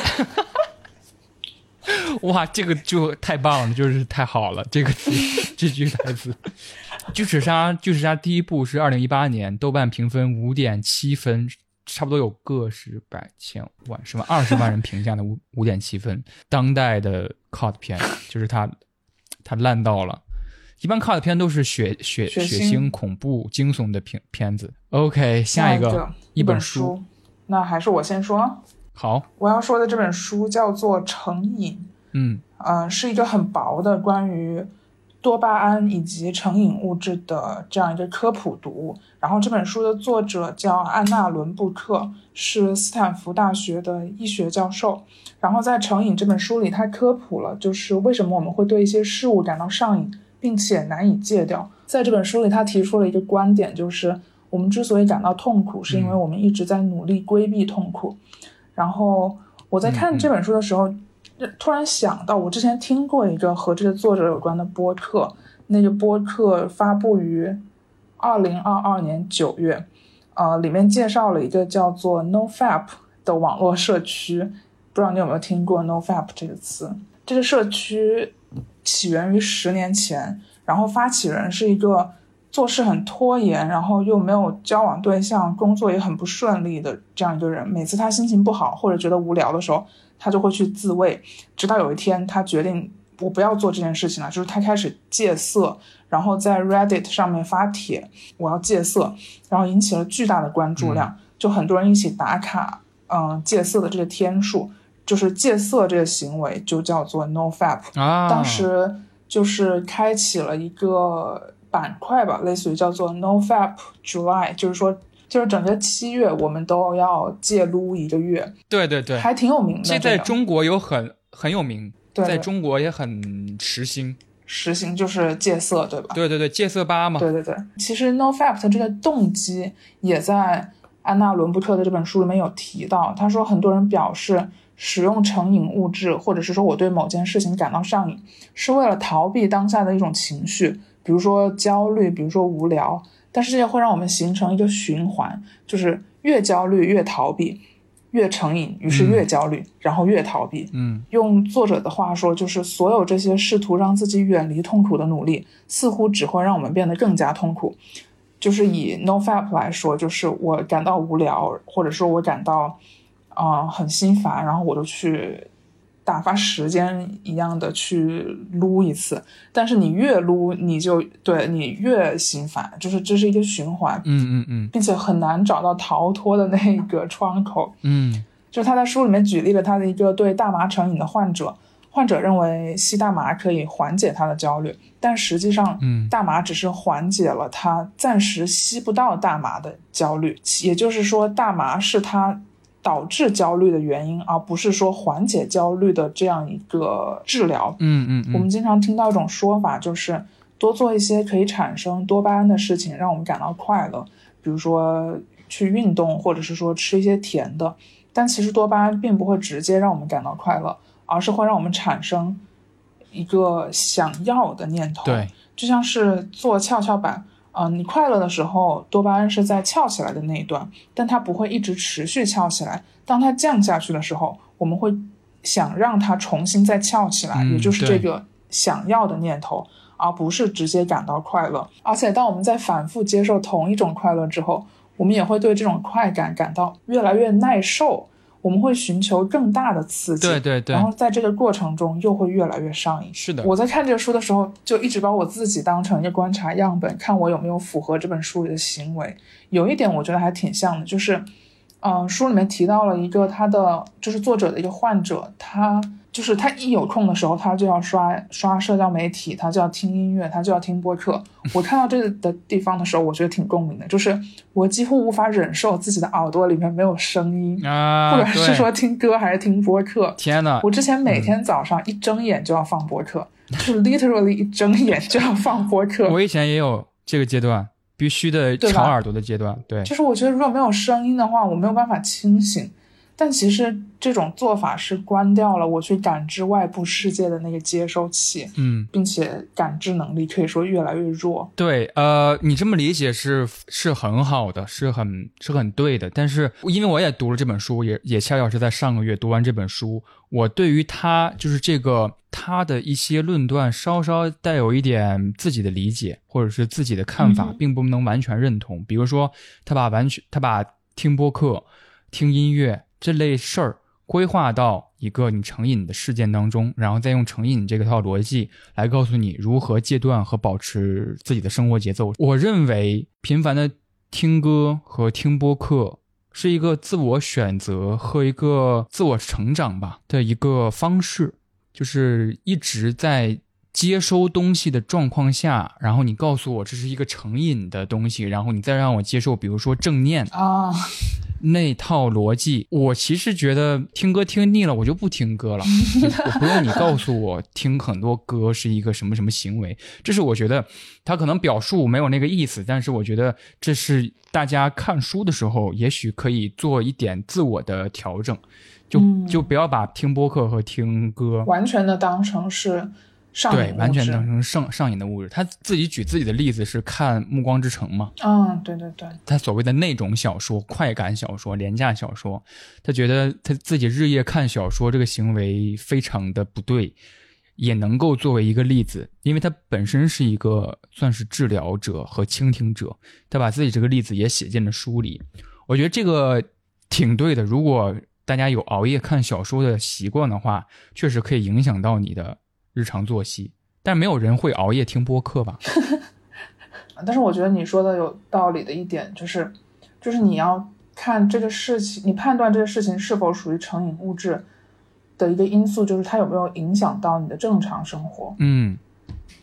哇，这个就太棒了，就是太好了，这个这句台词。巨齿鲨，巨齿鲨第一部是二零一八年，豆瓣评分五点七分，差不多有个十百千万是吧？二十万人评价的五五点七分，当代的 cult 片，就是它它烂到了。一般 cult 片都是血血血腥、恐怖、惊悚的片片子。OK， 下一个, 下一个一本书， 书那还是我先说。 好， 我要说的这本书叫做《成瘾》， 嗯， 呃，是一个很薄的关于多巴胺以及成瘾物质的这样一个科普读物。然后这本书的作者叫安娜·伦布克，是斯坦福大学的医学教授。然后在《成瘾》这本书里，他科普了就是为什么我们会对一些事物感到上瘾，并且难以戒掉。在这本书里，他提出了一个观点，就是我们之所以感到痛苦，是因为我们一直在努力规避痛苦。然后我在看这本书的时候、嗯、突然想到我之前听过一个和这个作者有关的播客，那个播客发布于二零二二年九月，呃，里面介绍了一个叫做 NoFap 的网络社区。不知道你有没有听过 NoFap 这个词。这个社区起源于十年前，然后发起人是一个做事很拖延，然后又没有交往对象，工作也很不顺利的这样一个人。每次他心情不好或者觉得无聊的时候，他就会去自慰，直到有一天他决定我不要做这件事情了，就是他开始戒色，然后在 Reddit 上面发帖我要戒色，然后引起了巨大的关注量、嗯、就很多人一起打卡嗯，戒色的这个天数，就是戒色这个行为就叫做 NoFap、啊、当时就是开启了一个板块吧，类似于叫做 No Fap July， 就是说就是整个七月我们都要戒撸一个月。 对对对， 还挺有名的。 这在中国有很很有名， 对， 在中国也很时兴。 实行就是戒色，对吧？ 对对对，戒色吧嘛。 对对对，其实 No Fap 这个动机也在安娜伦布特的这本书里面有提到。他说很多人表示使用成瘾物质，或者是说我对某件事情感到上瘾，是为了逃避当下的一种情绪，比如说焦虑，比如说无聊，但是这也会让我们形成一个循环，就是越焦虑越逃避，越成瘾，于是越焦虑、嗯、然后越逃避。 嗯， 用作者的话说，就是所有这些试图让自己远离痛苦的努力，似乎只会让我们变得更加痛苦。就是以 No Fap 来说，就是我感到无聊，或者说我感到啊、呃、很心烦，然后我就去打发时间一样的去撸一次，但是你越撸你就对你越心烦，就是这是一个循环。 嗯嗯嗯， 并且很难找到逃脱的那个窗口。 嗯， 就是他在书里面举例了他的一个对大麻成瘾的患者，患者认为吸大麻可以缓解他的焦虑，但实际上大麻只是缓解了他暂时吸不到大麻的焦虑，也就是说大麻是他导致焦虑的原因，而不是说缓解焦虑的这样一个治疗。 嗯嗯嗯， 我们经常听到一种说法，就是多做一些可以产生多巴胺的事情，让我们感到快乐，比如说去运动，或者是说吃一些甜的。但其实多巴胺并不会直接让我们感到快乐，而是会让我们产生一个想要的念头。 对， 就像是做跷跷板，嗯、呃，你快乐的时候，多巴胺是在翘起来的那一段，但它不会一直持续翘起来。当它降下去的时候，我们会想让它重新再翘起来， 嗯、 也就是这个想要的念头，而不是直接感到快乐。而且当我们在反复接受同一种快乐之后，我们也会对这种快感感到越来越耐受，我们会寻求更大的刺激， 对对对， 然后在这个过程中又会越来越上瘾。 是的， 我在看这个书的时候就一直把我自己当成一个观察样本，看我有没有符合这本书里的行为。有一点我觉得还挺像的，就是嗯、呃，书里面提到了一个他的就是作者的一个患者，他就是他一有空的时候他就要刷刷社交媒体，他就要听音乐，他就要听播客。我看到这个的地方的时候我觉得挺共鸣的，就是我几乎无法忍受自己的耳朵里面没有声音、 啊、 不管是说听歌还是听播客。 天哪， 我之前每天早上一睁眼就要放播客、嗯、就是 literally 一睁眼就要放播客。 我以前也有这个阶段，必须的长耳朵的阶段。 对, 对， 就是我觉得如果没有声音的话我没有办法清醒，但其实这种做法是关掉了我去感知外部世界的那个接收器， 嗯， 并且感知能力可以说越来越弱。 对，呃，你这么理解是是很好的，是很是很对的。但是因为我也读了这本书，也也恰巧是在上个月读完这本书，我对于他就是这个他的一些论断稍稍带有一点自己的理解或者是自己的看法、嗯、并不能完全认同。比如说他把完全他把听播客听音乐这类事儿规划到一个你成瘾的事件当中，然后再用成瘾这个套逻辑来告诉你如何戒断和保持自己的生活节奏。我认为频繁的听歌和听播客是一个自我选择和一个自我成长吧的一个方式，就是一直在接收东西的状况下，然后你告诉我这是一个成瘾的东西，然后你再让我接受比如说正念啊、oh. 那套逻辑。我其实觉得听歌听腻了我就不听歌了我不用你告诉我听很多歌是一个什么什么行为，这是我觉得他可能表述没有那个意思，但是我觉得这是大家看书的时候也许可以做一点自我的调整，就、嗯、就不要把听播客和听歌完全的当成是上瘾物质， 对，完全当成上上瘾的物质。他自己举自己的例子是看《暮光之城》嘛， 嗯，对对对， 他所谓的那种小说、快感小说、廉价小说，他觉得他自己日夜看小说这个行为非常的不对，也能够作为一个例子，因为他本身是一个算是治疗者和倾听者，他把自己这个例子也写进了书里。我觉得这个挺对的，如果大家有熬夜看小说的习惯的话，确实可以影响到你的日常作息，但没有人会熬夜听播客吧但是我觉得你说的有道理的一点就是就是你要看这个事情，你判断这个事情是否属于成瘾物质的一个因素，就是它有没有影响到你的正常生活。 嗯，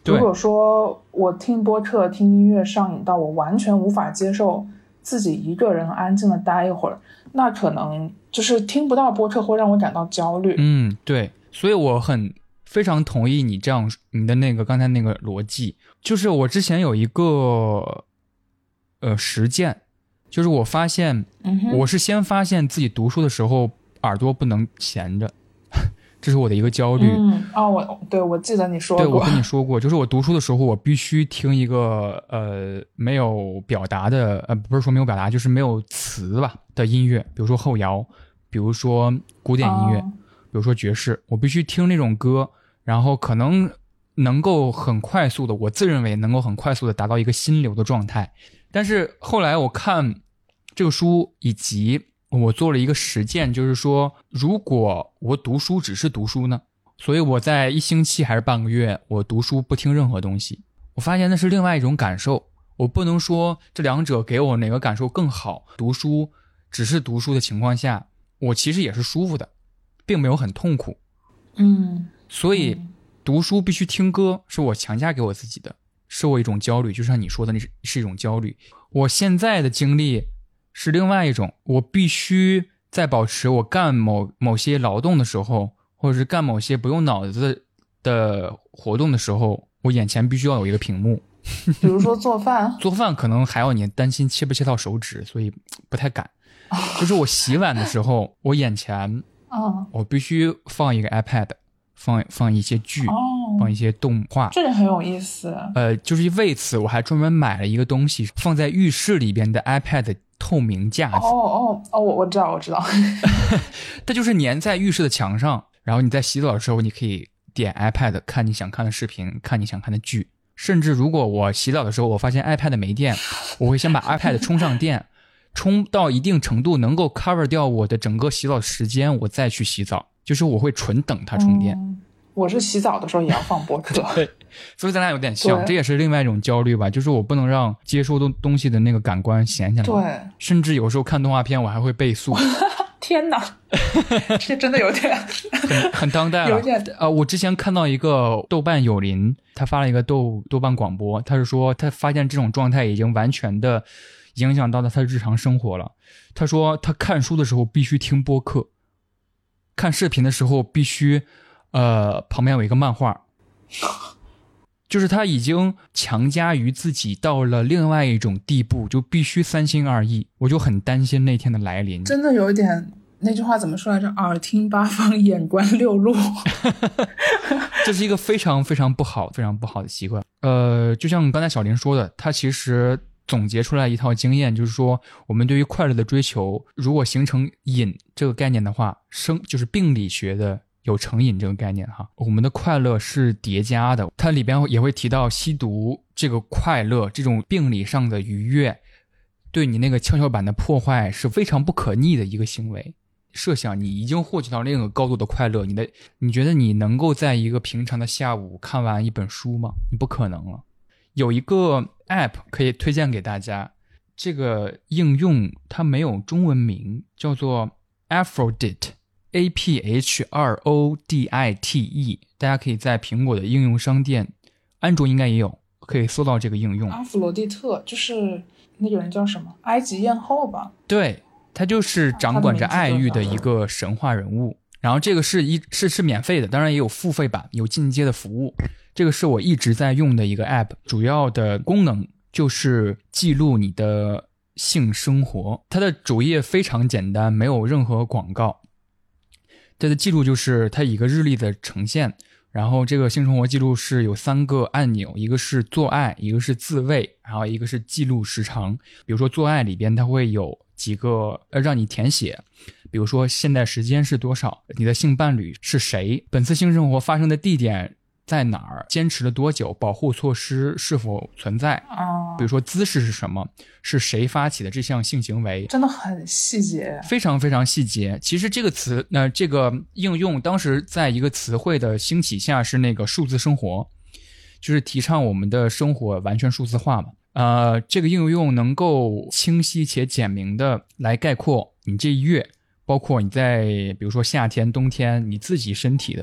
如果说我听播客听音乐上瘾到我完全无法接受自己一个人安静的待一会儿，那可能就是听不到播客会让我感到焦虑。 嗯，对，所以我很非常同意你这样你的那个刚才那个逻辑。就是我之前有一个呃实践，就是我发现、嗯、我是先发现自己读书的时候耳朵不能闲着，这是我的一个焦虑。 嗯，哦，我对我记得你说过， 对，我跟你说过，就是我读书的时候，我必须听一个呃没有表达的，呃不是说没有表达，就是没有词吧的音乐，比如说后摇，比如说古典音乐，哦、比如说爵士，我必须听那种歌，然后可能能够很快速的，我自认为能够很快速的达到一个心流的状态。但是后来我看这个书以及我做了一个实践，就是说如果我读书只是读书呢，所以我在一星期还是半个月我读书不听任何东西，我发现那是另外一种感受。我不能说这两者给我哪个感受更好，读书只是读书的情况下我其实也是舒服的，并没有很痛苦。 嗯， 所以读书必须听歌是我强加给我自己的，是我一种焦虑，就像你说的那是一种焦虑。我现在的经历是另外一种，我必须在保持我干某某些劳动的时候，或者是干某些不用脑子的活动的时候，我眼前必须要有一个屏幕。 比如说做饭做饭可能还要你担心切不切到手指，所以不太敢。就是我洗碗的时候我眼前、哦、我必须放一个 iPad， 放放一些剧、哦、放一些动画， 这个很有意思。 呃，就是为此我还专门买了一个东西，放在浴室里边的 iPad 透明架子。 哦哦哦，我我知道我知道。 它就是粘在浴室的墙上，然后你在洗澡的时候你可以点 iPad 看你想看的视频，看你想看的剧。甚至如果我洗澡的时候我发现 iPad 没电，我会先把 iPad 充上电，充到一定程度能够 cover 掉我的整个洗澡时间，我再去洗澡，就是我会纯等它充电、嗯、 我是洗澡的时候也要放播客。 对，所以咱俩有点像，这也是另外一种焦虑吧，就是我不能让接收东西的那个感官闲下来。 对， 甚至有时候看动画片我还会倍速。 天哪，这真的有点很很当代了。有点呃，我之前看到一个豆瓣友邻，他发了一个豆豆瓣广播，他是说他发现这种状态已经完全的影响到了他的日常生活了。他说他看书的时候必须听播客，看视频的时候必须呃旁边有一个漫画。就是他已经强加于自己到了另外一种地步，就必须三心二意。我就很担心那天的来临。 真的有一点，那句话怎么说来着？耳听八方，眼观六路。 这是一个非常非常不好非常不好的习惯。呃，就像刚才小林说的，他其实总结出来一套经验，就是说我们对于快乐的追求，如果形成瘾这个概念的话，生就是病理学的有成瘾这个概念哈，我们的快乐是叠加的。它里边也会提到吸毒这个快乐，这种病理上的愉悦对你那个跷跷板的破坏是非常不可逆的一个行为。设想你已经获取到另一个高度的快乐，你的你觉得你能够在一个平常的下午看完一本书吗？你不可能了。有一个 app 可以推荐给大家，这个应用它没有中文名，叫做 Aphrodite A P H R O D I T E， 大家可以在苹果的应用商店，安卓应该也有，可以搜到这个应用。 阿弗罗狄特就是那个人叫什么？埃及艳后吧？ 对，他就是掌管着爱欲的一个神话人物。然后这个是一是是免费的，当然也有付费版，有进阶的服务。这个是我一直在用的一个 app， 主要的功能就是记录你的性生活。它的主页非常简单，没有任何广告。它的记录就是它一个日历的呈现，然后这个性生活记录是有三个按钮，一个是做爱，一个是自慰，然后一个是记录时长。比如说做爱里边它会有几个呃让你填写，比如说现在时间是多少，你的性伴侣是谁，本次性生活发生的地点在哪儿，坚持了多久，保护措施是否存在、哦、比如说姿势是什么，是谁发起的这项性行为， 真的很细节， 非常非常细节。其实这个词那、呃、这个应用当时在一个词汇的兴起下是那个数字生活，就是提倡我们的生活完全数字化嘛。呃，这个应用能够清晰且简明的来概括你这一月，包括你在比如说夏天冬天你自己身体的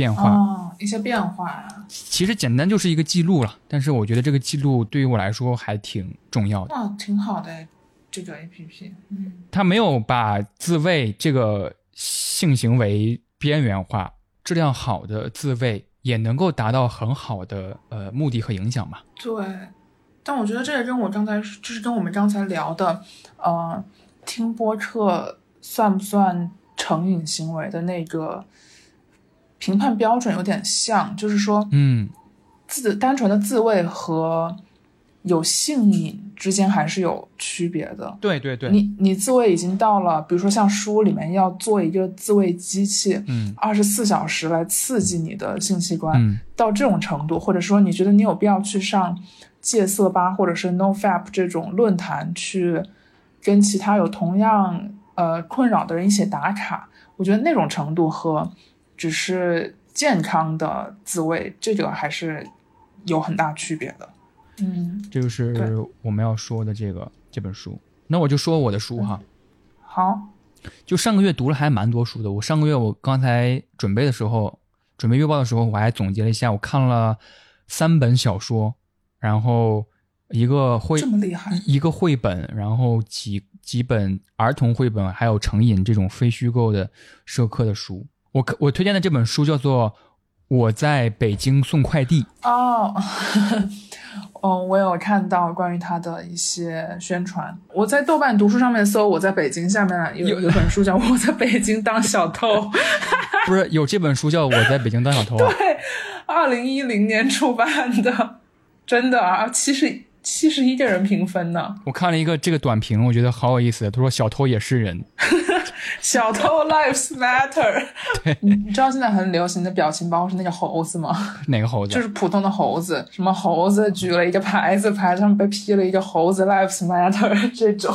变化。 哦，一些变化。 其实简单就是一个记录了，但是我觉得这个记录对于我来说还挺重要的。 哦，挺好的这个 A P P。嗯， 它没有把自慰这个性行为边缘化，质量好的自慰也能够达到很好的呃目的和影响嘛。 对，但我觉得这也跟我刚才就是跟我们刚才聊的，呃，听播客算不算成瘾行为的那个评判标准有点像，就是说， 嗯， 自单纯的自慰和有性瘾之间还是有区别的。 对对对， 你你自慰已经到了，比如说像书里面要做一个自慰机器， 嗯， 二十四小时来刺激你的性器官， 嗯， 到这种程度，或者说你觉得你有必要去上戒色吧或者是 NoFap 这种论坛去跟其他有同样呃困扰的人一起打卡，我觉得那种程度和只是健康的自慰，这个还是有很大区别的。嗯， 这就是我们要说的这个这本书。那我就说我的书哈。 好， 就上个月读了还蛮多书的。我上个月我刚才准备的时候，准备月报的时候，我还总结了一下，我看了三本小说，然后一个绘这么厉害， 一个绘本，然后几几本儿童绘本，还有成瘾这种非虚构的社科的书。我我推荐的这本书叫做《我在北京送快递》。 哦。嗯，我有看到关于他的一些宣传。我在豆瓣读书上面搜我在北京，下面有有本书叫我在北京当小偷。 不是有这本书叫我在北京当小偷啊？ 对，二零一零年出版的，真的啊，七十七十一个人评分呢。 我看了一个这个短评，我觉得好有意思。他说小偷也是人。 小偷 lives matter。 对， 你你知道现在很流行的表情包是那个猴子吗？ 哪个猴子？ 就是普通的猴子，什么猴子举了一个牌子，牌子上被批了一个猴子 lives matter 这种。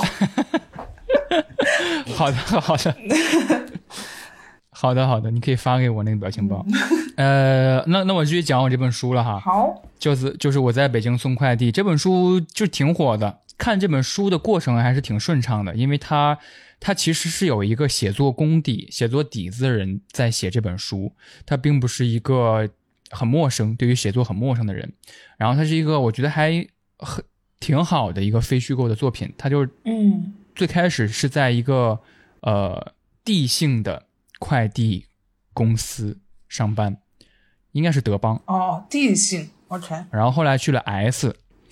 好的好的好的好的，你可以发给我那个表情包。呃，那那我继续讲我这本书了哈。 好， 就是就是我在北京送快递这本书就挺火的，看这本书的过程还是挺顺畅的，因为它他其实是有一个写作功底、写作底子的人在写这本书，他并不是一个很陌生，对于写作很陌生的人。然后他是一个我觉得还很挺好的一个非虚构的作品。他就嗯， 最开始是在一个呃地性的快递公司上班，应该是德邦哦，地性 OK。 然后后来去了 S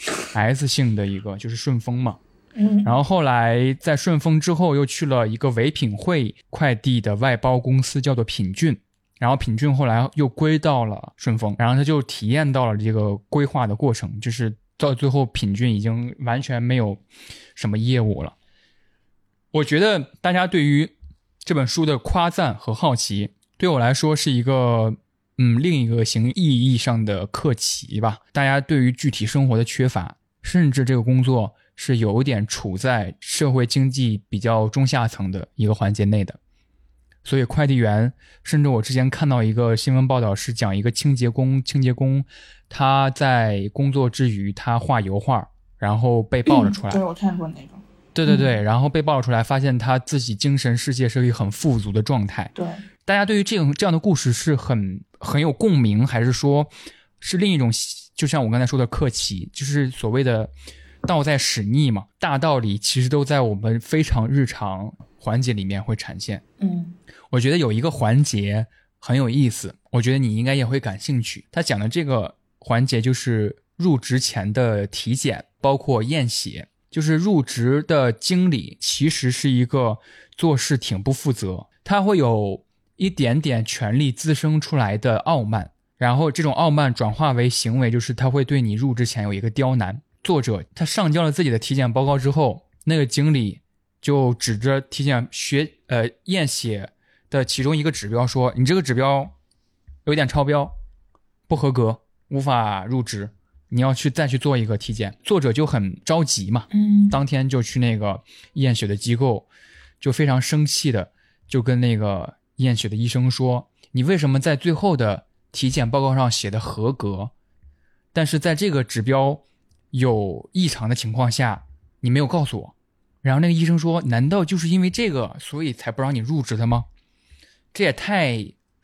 S 性的一个就是顺丰嘛。 嗯， 然后后来在顺丰之后又去了一个唯品会快递的外包公司叫做品骏，然后品骏后来又归到了顺丰，然后他就体验到了这个规划的过程，就是到最后品骏已经完全没有什么业务了。我觉得大家对于这本书的夸赞和好奇，对我来说是一个嗯另一个形意义上的课题吧。大家对于具体生活的缺乏，甚至这个工作是有点处在社会经济比较中下层的一个环节内的。所以快递员，甚至我之前看到一个新闻报道是讲一个清洁工，清洁工他在工作之余他画油画，然后被爆了出来。 嗯、对，我看过那个。 对对对、嗯、然后被爆了出来，发现他自己精神世界是一个很富足的状态。 对， 大家对于这种这样的故事是很很有共鸣，还是说是另一种，就像我刚才说的客气，就是所谓的道在使逆嘛，大道理其实都在我们非常日常环节里面会产现。 嗯， 我觉得有一个环节很有意思，我觉得你应该也会感兴趣。他讲的这个环节就是入职前的体检，包括验血。就是入职的经理其实是一个做事挺不负责，他会有一点点权力滋生出来的傲慢，然后这种傲慢转化为行为，就是他会对你入职前有一个刁难。作者他上交了自己的体检报告之后，那个经理就指着体检学呃验血的其中一个指标说，你这个指标有点超标，不合格，无法入职，你要去再去做一个体检。作者就很着急嘛， 嗯， 当天就去那个验血的机构，就非常生气的就跟那个验血的医生说，你为什么在最后的体检报告上写的合格，但是在这个指标有异常的情况下你没有告诉我？然后那个医生说，难道就是因为这个所以才不让你入职的吗？这也太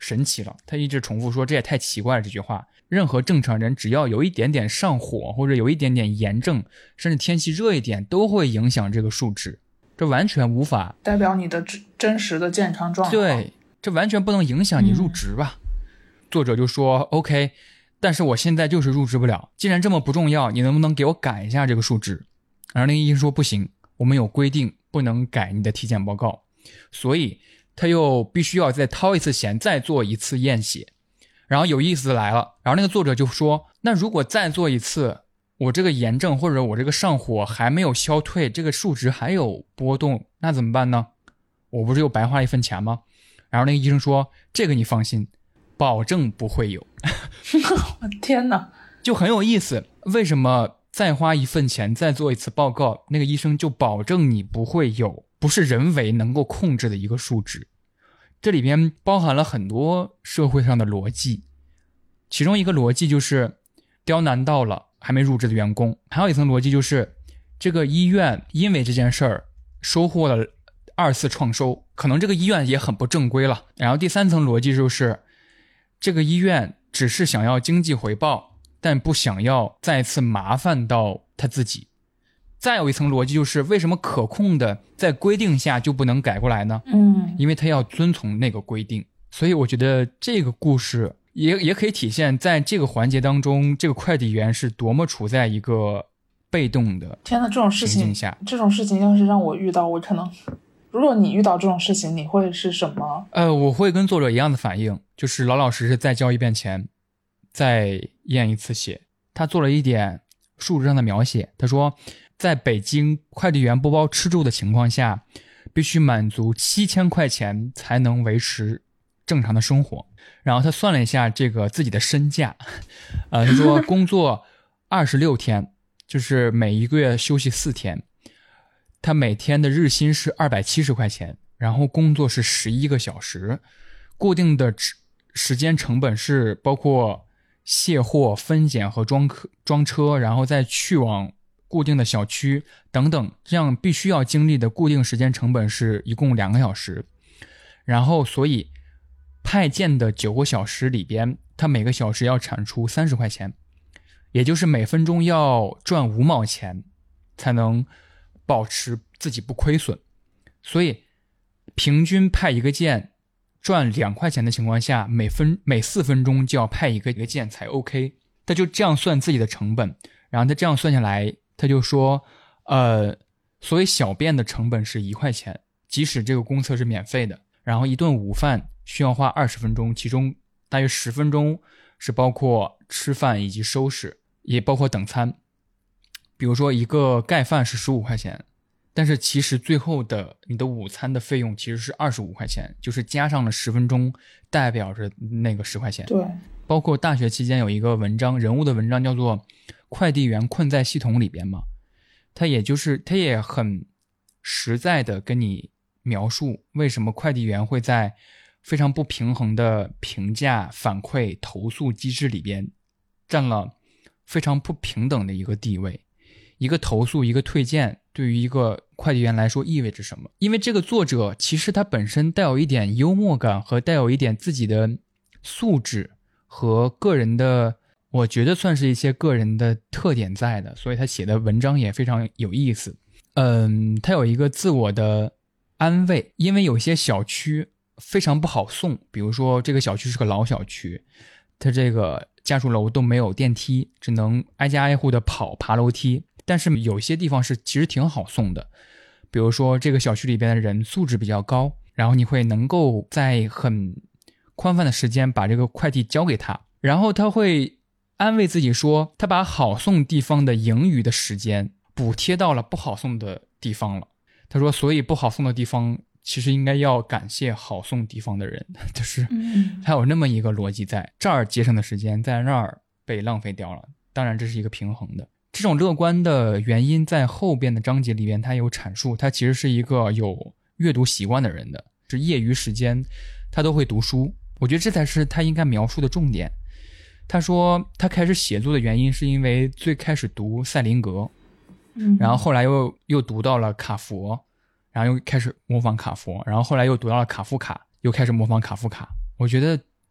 神奇了，他一直重复说这也太奇怪了这句话。任何正常人只要有一点点上火或者有一点点炎症，甚至天气热一点，都会影响这个数值，这完全无法代表你的真实的健康状况。 对，这完全不能影响你入职吧、嗯、作者就说 OK， 但是我现在就是入职不了，既然这么不重要，你能不能给我改一下这个数值？然后那个医生说不行，我们有规定不能改你的体检报告，所以他又必须要再掏一次钱再做一次验血。然后有意思来了，然后那个作者就说，那如果再做一次，我这个炎症或者我这个上火还没有消退，这个数值还有波动，那怎么办呢？我不是又白花一份钱吗？然后那个医生说，这个你放心，保证不会有。 我天哪， 就很有意思，为什么再花一份钱再做一次报告，那个医生就保证你不会有，不是人为能够控制的一个数值。这里边包含了很多社会上的逻辑，其中一个逻辑就是刁难到了还没入职的员工，还有一层逻辑就是这个医院因为这件事儿收获了二次创收，可能这个医院也很不正规了。然后第三层逻辑就是这个医院只是想要经济回报，但不想要再次麻烦到他自己。再有一层逻辑就是为什么可控的在规定下就不能改过来呢？ 嗯， 因为他要遵从那个规定。所以我觉得这个故事也也可以体现在这个环节当中，这个快递员是多么处在一个被动的天哪，这种事情下这种事情要是让我遇到，我可能如果你遇到这种事情，你会是什么？ 呃，我会跟作者一样的反应，就是老老实实再交一遍钱，再验一次血。他做了一点数值上的描写，他说在北京快递员不包吃住的情况下，必须满足七千块钱才能维持正常的生活。然后他算了一下这个自己的身价，呃，他说工作二十六天，就是每一个月休息四天，他每天的日薪是二百七十块钱，然后工作是十一个小时，固定的时间成本是包括卸货、分拣和装装车，然后再去往固定的小区等等，这样必须要经历的固定时间成本是一共两个小时。然后所以派件的九个小时里边，他每个小时要产出三十块钱，也就是每分钟要赚五毛钱才能保持自己不亏损。所以平均派一个件赚两块钱的情况下，每分每四分钟就要派一个一个件才 OK。 他就这样算自己的成本，然后他这样算下来，他就说呃，所谓小便的成本是一块钱，即使这个公厕是免费的，然后一顿午饭需要花二十分钟，其中大约十分钟是包括吃饭以及收拾，也包括等餐。比如说一个盖饭是十五块钱，但是其实最后的你的午餐的费用其实是二十五块钱，就是加上了十分钟代表着那个十块钱。 对， 包括大学期间有一个文章，人物的文章叫做快递员困在系统里边嘛，他也就是他也很实在的跟你描述为什么快递员会在非常不平衡的评价、反馈、投诉机制里边占了非常不平等的一个地位。一个投诉，一个退件，对于一个快递员来说意味着什么？因为这个作者其实他本身带有一点幽默感和带有一点自己的素质和个人的，我觉得算是一些个人的特点在的，所以他写的文章也非常有意思。嗯，他有一个自我的安慰，因为有些小区非常不好送，比如说这个小区是个老小区，它这个家属楼都没有电梯，只能挨家挨户的跑爬楼梯。但是有些地方是其实挺好送的，比如说这个小区里边的人素质比较高，然后你会能够在很宽泛的时间把这个快递交给他，然后他会安慰自己说他把好送地方的盈余的时间补贴到了不好送的地方了。他说所以不好送的地方其实应该要感谢好送地方的人，就是他有那么一个逻辑在，这儿节省的时间在那儿被浪费掉了，当然这是一个平衡的。这种乐观的原因在后边的章节里边他有阐述，他其实是一个有阅读习惯的人的，是业余时间他都会读书，我觉得这才是他应该描述的重点。他说他开始写作的原因是因为最开始读塞林格， 嗯， 然后后来又又读到了卡佛，然后又开始模仿卡佛，然后后来又读到了卡夫卡，又开始模仿卡夫卡。我觉得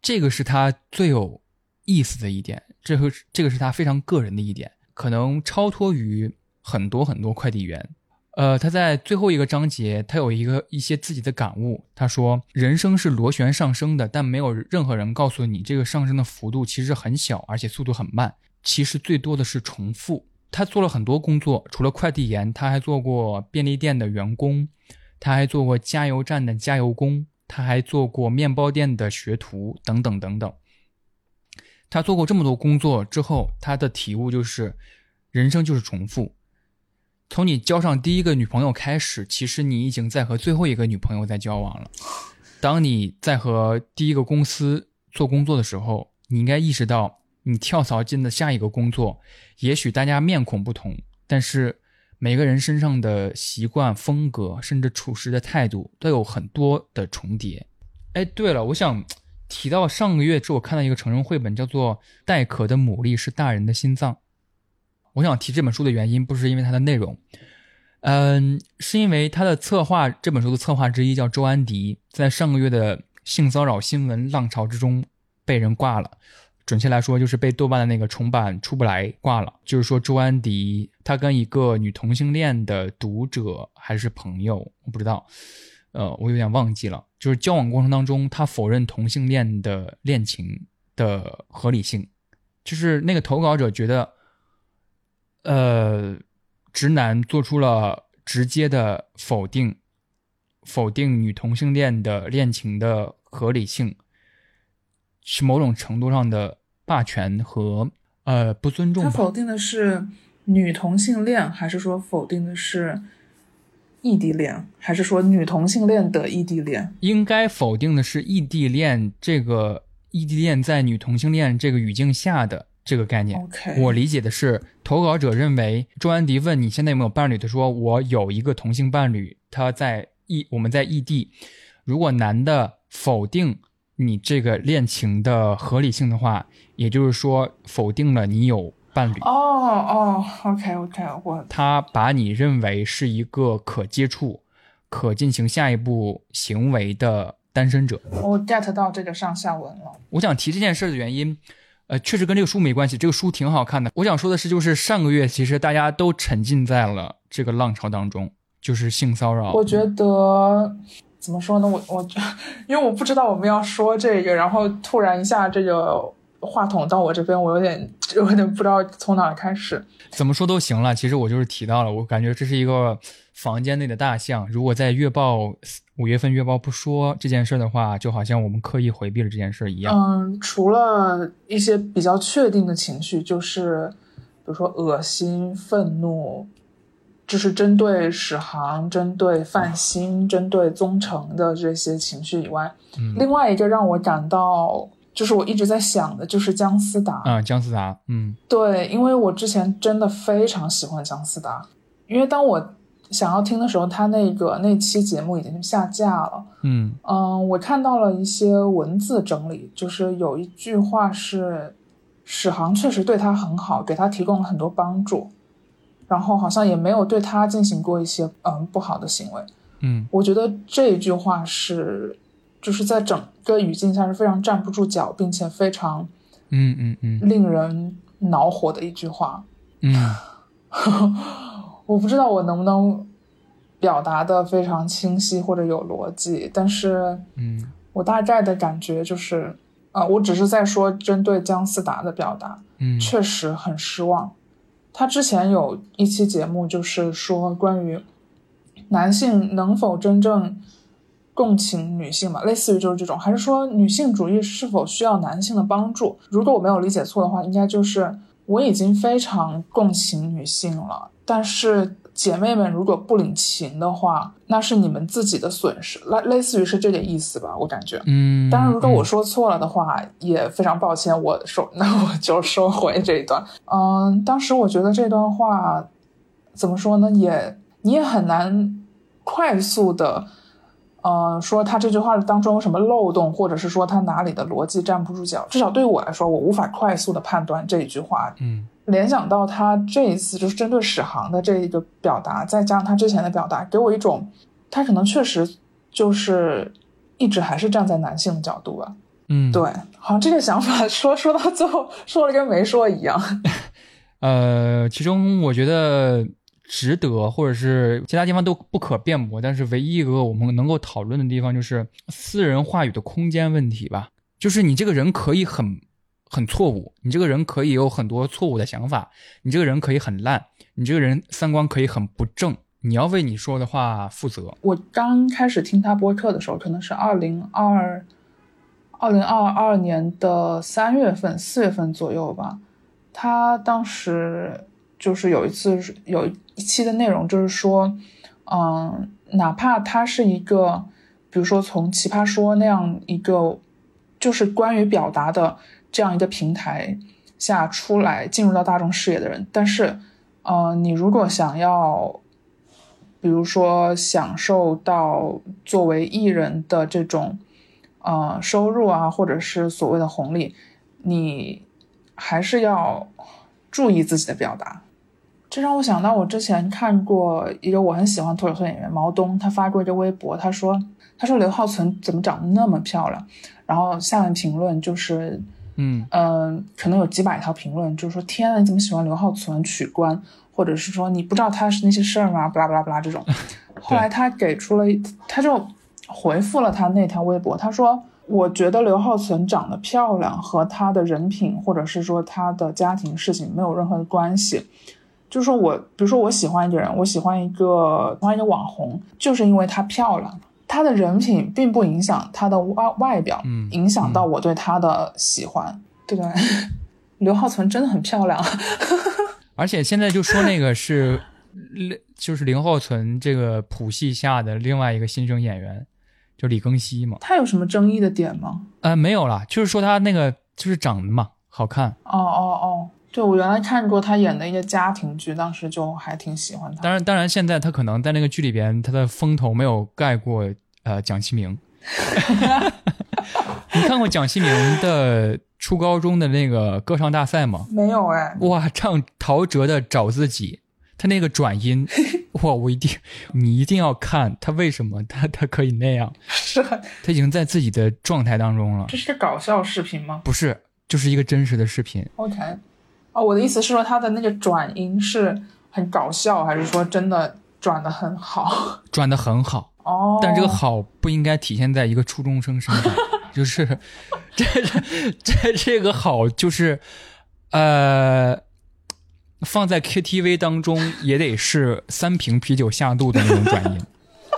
这个是他最有意思的一点，这个这个是他非常个人的一点，可能超脱于很多很多快递员。呃，他在最后一个章节，他有一个一些自己的感悟。他说，人生是螺旋上升的，但没有任何人告诉你这个上升的幅度其实很小，而且速度很慢。其实最多的是重复。他做了很多工作，除了快递员，他还做过便利店的员工，他还做过加油站的加油工，他还做过面包店的学徒，等等等等。他做过这么多工作之后，他的体悟就是，人生就是重复。从你交上第一个女朋友开始，其实你已经在和最后一个女朋友在交往了。当你在和第一个公司做工作的时候，你应该意识到，你跳槽进的下一个工作，也许大家面孔不同，但是每个人身上的习惯、风格，甚至处事的态度，都有很多的重叠。哎，对了，我想提到上个月是我看到一个成人绘本，叫做《带壳的牡蛎是大人的心脏》。我想提这本书的原因不是因为它的内容，嗯，是因为它的策划，这本书的策划之一叫周安迪，在上个月的性骚扰新闻浪潮之中被人挂了。准确来说，就是被豆瓣的那个重版出不来挂了。就是说，周安迪他跟一个女同性恋的读者还是朋友，我不知道，呃，我有点忘记了。就是交往过程当中，他否认同性恋的恋情的合理性，就是那个投稿者觉得。呃，直男做出了直接的否定，否定女同性恋的恋情的合理性，是某种程度上的霸权和呃不尊重。 他否定的是女同性恋，还是说否定的是异地恋，还是说女同性恋的异地恋？ 应该否定的是异地恋，这个异地恋在女同性恋这个语境下的这个概念。 okay. 我理解的是，投稿者认为周安迪问你现在有没有伴侣，他说我有一个同性伴侣，他在异我们在异地。如果男的否定你这个恋情的合理性的话，也就是说否定了你有伴侣。 哦哦 OK OK 我他把你认为是一个可接触可进行下一步行为的单身者。 我 get 到这个上下文了。 我想提这件事的原因呃，确实跟这个书没关系，这个书挺好看的。我想说的是，就是上个月其实大家都沉浸在了这个浪潮当中，就是性骚扰。 我觉得怎么说呢，我我因为我不知道我们要说这个，然后突然一下这个话筒到我这边，我有点有点不知道从哪开始。 怎么说都行了，其实我就是提到了，我感觉这是一个房间内的大象，如果在月报五月份月报不说这件事的话，就好像我们刻意回避了这件事一样。 嗯，除了一些比较确定的情绪，就是比如说恶心、愤怒，这是针对史航、针对范鑫、针对宗成的这些情绪以外， 嗯， 另外一个让我感到就是我一直在想的就是姜思达啊，姜思达，嗯， 对，因为我之前真的非常喜欢姜思达，因为当我想要听的时候，他那个那期节目已经下架了。 嗯嗯，我看到了一些文字整理，就是有一句话是史航确实对他很好，给他提供了很多帮助，然后好像也没有对他进行过一些嗯不好的行为。 嗯， 我觉得这一句话是就是在整个语境下是非常站不住脚，并且非常嗯嗯嗯令人恼火的一句话。 嗯我不知道我能不能表达的非常清晰或者有逻辑，但是嗯， 我大概的感觉就是呃，我只是在说针对姜思达的表达， 嗯， 确实很失望。他之前有一期节目就是说关于男性能否真正共情女性嘛，类似于就是这种，还是说女性主义是否需要男性的帮助。如果我没有理解错的话，应该就是我已经非常共情女性了，但是姐妹们如果不领情的话，那是你们自己的损失，类类似于是这个意思吧，我感觉。 嗯， 当然如果我说错了的话，嗯，也非常抱歉，我收那我就收回这一段。嗯，当时我觉得这段话怎么说呢，也你也很难快速的呃，说他这句话当中有什么漏洞，或者是说他哪里的逻辑站不住脚，至少对于我来说，我无法快速的判断这一句话。 嗯， 联想到他这一次就是针对史航的这一个表达，再加上他之前的表达，给我一种他可能确实就是一直还是站在男性的角度吧。 嗯， 对，好像这个想法说说到最后说了跟没说一样。 呃，其中我觉得值得，或者是其他地方都不可辩驳，但是唯一一个我们能够讨论的地方就是私人话语的空间问题吧。就是你这个人可以很很错误，你这个人可以有很多错误的想法，你这个人可以很烂，你这个人三观可以很不正，你要为你说的话负责。 我刚开始听他播客的时候，可能是二零二二零二二年的三月份、四月份左右吧。他当时就是有一次有一期的内容，就是说，嗯，哪怕他是一个，比如说从奇葩说那样一个，就是关于表达的这样一个平台下出来，进入到大众视野的人，但是，呃，你如果想要，比如说享受到作为艺人的这种，呃，收入啊，或者是所谓的红利，你还是要注意自己的表达。这让我想到我之前看过一个我很喜欢脱口秀演员毛东，他发过一个微博，他说他说刘浩存怎么长得那么漂亮，然后下面评论就是嗯嗯、呃，可能有几百条评论，就是说天啊，你怎么喜欢刘浩存，取关，或者是说你不知道他是那些事儿吗，不拉不拉不拉这种。后来他给出了，他就回复了他那条微博，他说我觉得刘浩存长得漂亮和他的人品或者是说他的家庭事情没有任何的关系。就是说我比如说我喜欢一个人，我喜欢一个喜欢一个网红，就是因为她漂亮，她的人品并不影响她的外外表， 嗯， 影响到我对她的喜欢，嗯、对不对？刘浩存真的很漂亮。 而且现在就说那个是就是林浩存这个谱系下的另外一个新生演员，就李庚希嘛。 他有什么争议的点吗？ 呃，没有啦，就是说他那个就是长得嘛好看。 哦哦哦。对，我原来看过他演的一个家庭剧，当时就还挺喜欢他。 当然，当然，现在他可能在那个剧里边，他的风头没有盖过呃蒋奇明。你看过蒋奇明的初高中的那个歌唱大赛吗？ 没有哎。 哇，唱陶喆的《找自己》，他那个转音，哇，我一定，你一定要看他为什么他他可以那样？ 是， 他已经在自己的状态当中了。 这是个搞笑视频吗？ 不是，就是一个真实的视频。 OK。哦，我的意思是说他的那个转音是很搞笑，还是说真的转得很好？ 转得很好哦， 但这个好不应该体现在一个初中生身上，就是这这这个好就是呃放在 K T V 当中也得是三瓶啤酒下肚的那种转音。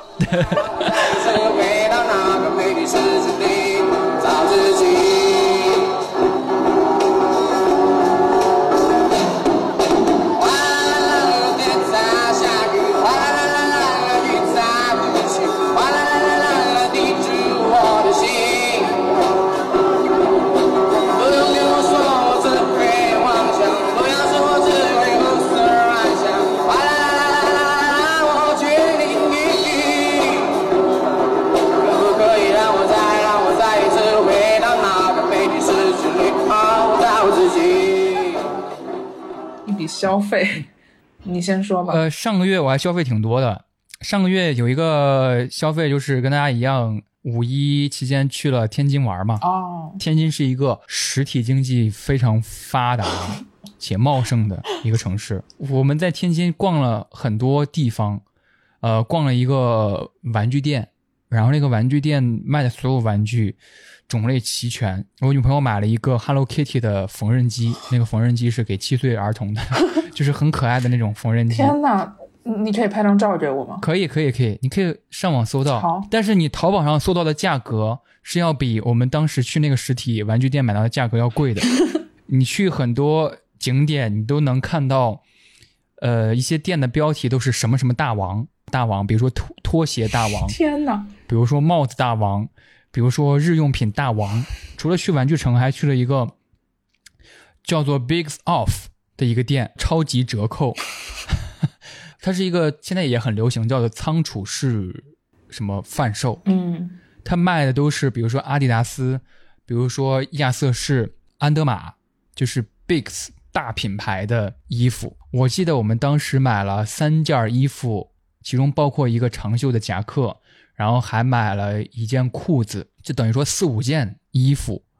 消费，你先说吧。 呃，上个月我还消费挺多的。上个月有一个消费就是跟大家一样，五一期间去了天津玩嘛。 哦， 天津是一个实体经济非常发达且茂盛的一个城市。我们在天津逛了很多地方，呃，逛了一个玩具店，然后那个玩具店卖的所有玩具种类齐全。我女朋友买了一个 Hello Kitty 的缝纫机，那个缝纫机是给七岁儿童的，就是很可爱的那种缝纫机。 天哪，你可以拍张照给我吗？ 可以可以可以，你可以上网搜到。 好， 但是你淘宝上搜到的价格是要比我们当时去那个实体玩具店买到的价格要贵的。你去很多景点你都能看到呃，一些店的标题都是什么什么大王大王，比如说拖拖鞋大王， 天哪， 比如说帽子大王，比如说日用品大王。除了去玩具城，还去了一个叫做 Bigs Off 的一个店，超级折扣。它是一个现在也很流行，叫做仓储式什么贩售。 嗯， 它卖的都是比如说阿迪达斯，比如说亚瑟士、安德玛，就是 Bigs 大品牌的衣服。我记得我们当时买了三件衣服，其中包括一个长袖的夹克，然后还买了一件裤子，就等于说四五件衣服，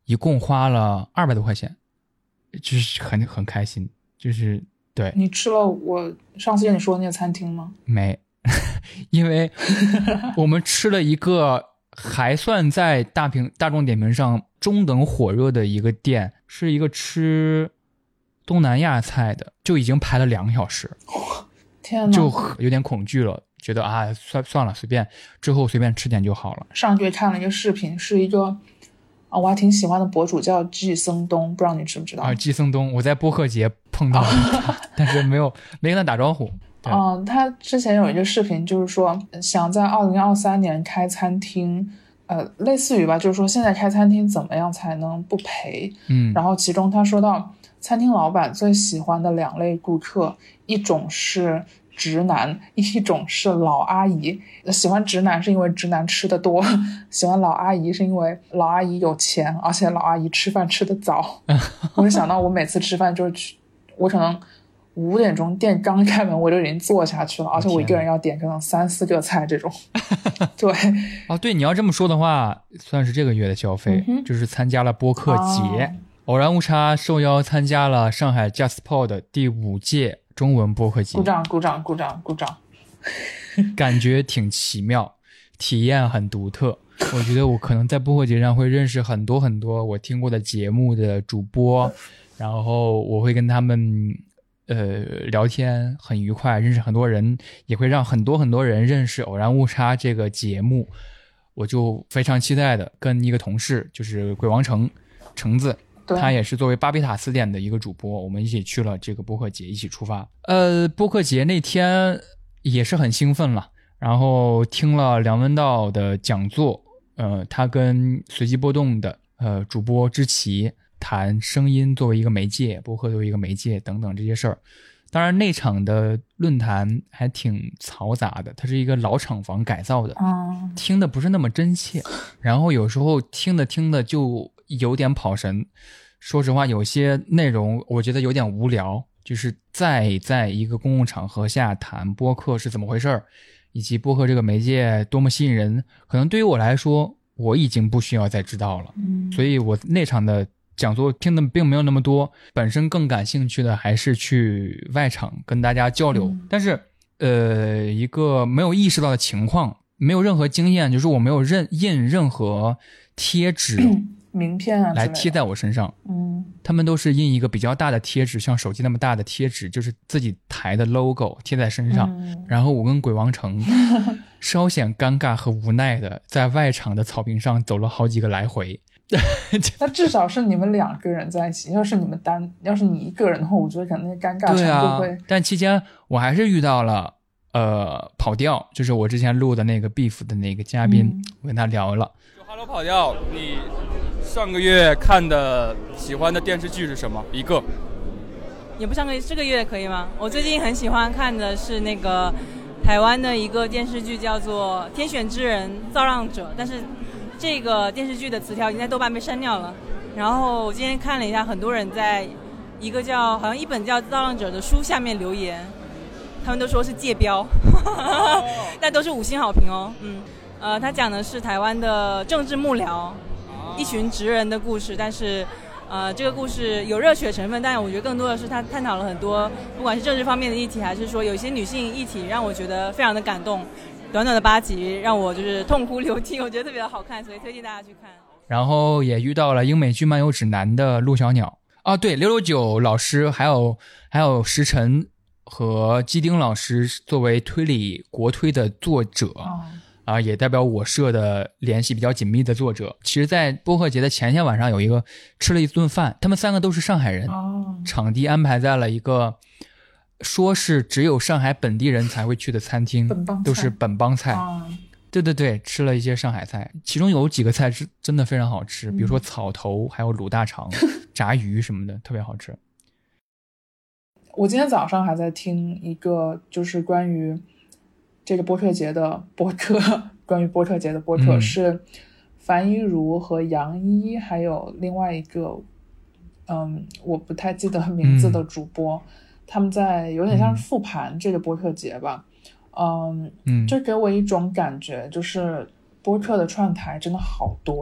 一共花了二百多块钱，就是很很开心，就是对。 你吃了我上次跟你说的那个餐厅吗？ 没，因为我们吃了一个还算在大屏大众点评上中等火热的一个店，是一个吃东南亚菜的，就已经排了两个小时。 天哪， 就有点恐惧了，觉得啊，算算了，随便之后随便吃点就好了。 上个月看了一个视频，是一个啊，我还挺喜欢的博主叫季森东，不知道你知不知道？ 啊，季森东，我在播客节碰到了他，啊、但是没有没跟他打招呼。 嗯、呃，他之前有一个视频，就是说想在二零二三年开餐厅，呃，类似于吧，就是说现在开餐厅怎么样才能不赔？ 嗯， 然后其中他说到，餐厅老板最喜欢的两类顾客，一种是直男，一种是老阿姨。喜欢直男是因为直男吃的多，喜欢老阿姨是因为老阿姨有钱，而且老阿姨吃饭吃得早。我就想到我每次吃饭就是去，我可能五点钟店刚开门我就已经坐下去了，而且我一个人要点可能三四个菜这种。对， 哦，对，你要这么说的话，算是这个月的消费， 嗯、 就是参加了播客节。 啊偶然误差受邀参加了上海 JustPod 第五届中文播客节， 鼓掌鼓掌鼓掌鼓掌， 感觉挺奇妙，体验很独特。我觉得我可能在播客节上会认识很多很多我听过的节目的主播，然后我会跟他们呃聊天很愉快，认识很多人，也会让很多很多人认识偶然误差这个节目。我就非常期待的跟一个同事，就是鬼王城橙子，他也是作为巴比塔词典的一个主播，我们一起去了这个播客节，一起出发。呃，播客节那天也是很兴奋了，然后听了梁文道的讲座，呃，他跟随机波动的呃主播知奇谈声音作为一个媒介，播客作为一个媒介等等这些事儿。当然那场的论坛还挺嘈杂的，它是一个老厂房改造的， 嗯， 听的不是那么真切，然后有时候听的听的就有点跑神。说实话，有些内容我觉得有点无聊，就是在在一个公共场合下谈播客是怎么回事，以及播客这个媒介多么吸引人，可能对于我来说我已经不需要再知道了。 嗯， 所以我那场的讲座听的并没有那么多，本身更感兴趣的还是去外场跟大家交流。 嗯、 但是呃，一个没有意识到的情况，没有任何经验，就是我没有认印任何贴纸、 嗯、名片啊来贴在我身上。 嗯， 他们都是印一个比较大的贴纸，像手机那么大的贴纸，就是自己台的 logo 贴在身上。 嗯、 然后我跟鬼王城稍显尴尬和无奈的在外场的草坪上走了好几个来回。 那至少是你们两个人在一起，要是你们单，要是你一个人的话，我觉得可能那尴尬程度会。 对啊，但期间我还是遇到了呃跑调，就是我之前录的那个 beef 的那个嘉宾，嗯、我跟他聊了。 就 Hello 跑调，你上个月看的喜欢的电视剧是什么？一个。 也不上个这个月可以吗？我最近很喜欢看的是那个台湾的一个电视剧，叫做《天选之人造浪者》，但是这个电视剧的词条已经在豆瓣被删掉了。然后我今天看了一下，很多人在一个叫好像一本叫《造浪者》的书下面留言，他们都说是借标，但都是五星好评哦。嗯，呃，他讲的是台湾的政治幕僚，一群职人的故事，但是呃，这个故事有热血成分，但我觉得更多的是他探讨了很多，不管是政治方面的议题，还是说有一些女性议题，让我觉得非常的感动。短短的八集让我就是痛哭流涕，我觉得特别的好看，所以推荐大家去看。 然后也遇到了英美剧漫游指南的陆小鸟啊，对，六六九老师，还有还有石晨和基丁老师作为推理国推的作者、哦、啊，也代表我社的联系比较紧密的作者。其实在播客节的前天晚上有一个吃了一顿饭，他们三个都是上海人、哦、场地安排在了一个说是只有上海本地人才会去的餐厅，都是本帮菜、哦、对对对，吃了一些上海菜，其中有几个菜是真的非常好吃、嗯、比如说草头，还有卤大肠炸鱼什么的特别好吃。 我今天早上还在听一个就是关于这个播客节的播客，关于播客节的播客、嗯、是樊一茹和杨一还有另外一个嗯，我不太记得名字的主播、嗯、他们在有点像是复盘这个播客节吧。嗯嗯，就给我一种感觉，就是播客的串台真的好多呀。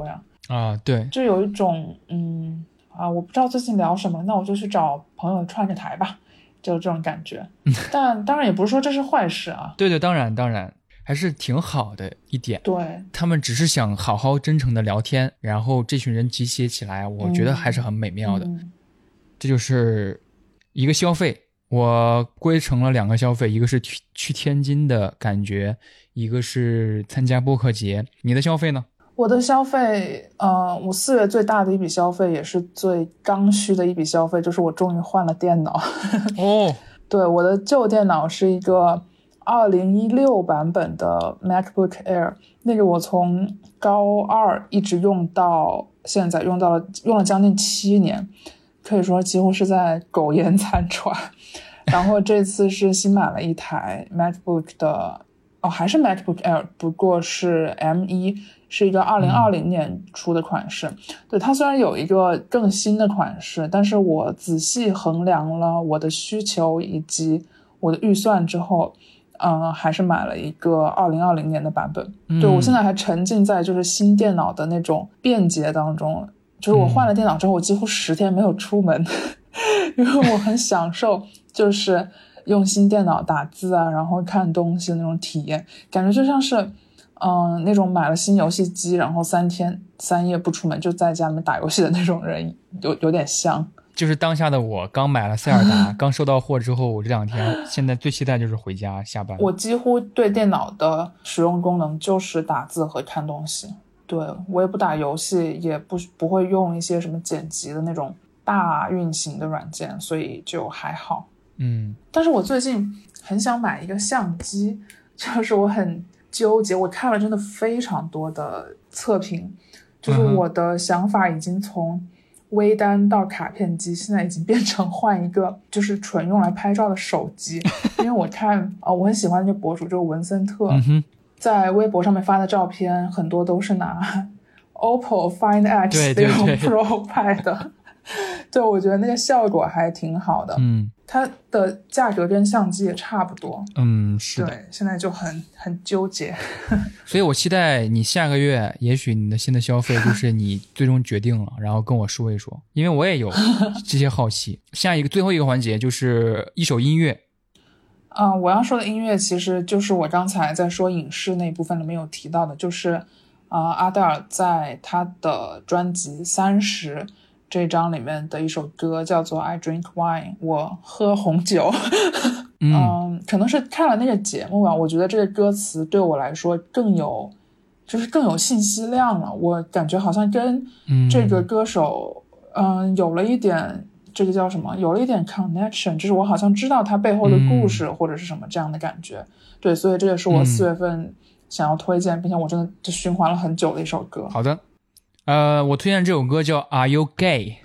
啊，对， 就有一种嗯啊，我不知道最近聊什么，那我就去找朋友串着台吧，就这种感觉。但当然也不是说这是坏事啊。 对对，当然当然还是挺好的一点。 对， 他们只是想好好真诚的聊天，然后这群人集结起来，我觉得还是很美妙的。 嗯、 这就是一个消费，我归成了两个消费，一个是去去天津的感觉，一个是参加播客节。你的消费呢？ 我的消费，呃，我四月最大的一笔消费，也是最刚需的一笔消费，就是我终于换了电脑。 哦， 对，我的旧电脑是一个二零一六版本的 MacBook Air， 那个我从高二一直用到现在，用到了用了将近七年，可以说几乎是在苟延残喘。然后这次是新买了一台 MacBook 的，哦，还是 MacBook Air， 不过是 M 一，是一个二零二零年出的款式。嗯、对，它虽然有一个更新的款式，但是我仔细衡量了我的需求以及我的预算之后，嗯，还是买了一个二零二零年的版本。 嗯、 对，我现在还沉浸在就是新电脑的那种便捷当中，就是我换了电脑之后，我几乎十天没有出门，因为我很享受就是用新电脑打字啊，然后看东西的那种体验，感觉就像是嗯那种买了新游戏机，然后三天三夜不出门就在家里面打游戏的那种人，有有点像。 就是当下的我刚买了塞尔达，刚收到货之后，我这两天现在最期待就是回家下班。 我几乎对电脑的使用功能就是打字和看东西，对，我也不打游戏，也不不会用一些什么剪辑的那种大运行的软件，所以就还好。 嗯， 但是我最近很想买一个相机，就是我很纠结，我看了真的非常多的测评，就是我的想法已经从微单到卡片机，现在已经变成换一个就是纯用来拍照的手机。因为我看啊、呃，我很喜欢那个博主，就是文森特， 嗯、 在微博上面发的照片很多都是拿 O P P O Find X 六 Pro 拍的。对，我觉得那个效果还挺好的。 嗯， 它的价格跟相机也差不多。 嗯，是的。 对，现在就很很纠结。 所以我期待你下个月，也许你的新的消费就是你最终决定了，然后跟我说一说，因为我也有这些好奇。下一个最后一个环节就是一首音乐。 嗯、呃，我要说的音乐其实就是我刚才在说影视那一部分里面有提到的，就是呃，阿黛尔在他的专辑三十这张里面的一首歌叫做 I Drink Wine， 我喝红酒。嗯, 嗯，可能是看了那个节目吧，我觉得这个歌词对我来说更有就是更有信息量了，我感觉好像跟这个歌手 嗯, 嗯有了一点这个叫什么有了一点 connection， 就是我好像知道他背后的故事或者是什么这样的感觉。嗯、对，所以这也是我四月份想要推荐、嗯、并且我真的就循环了很久的一首歌。 好的，呃，我推荐这首歌叫 Are You Gay？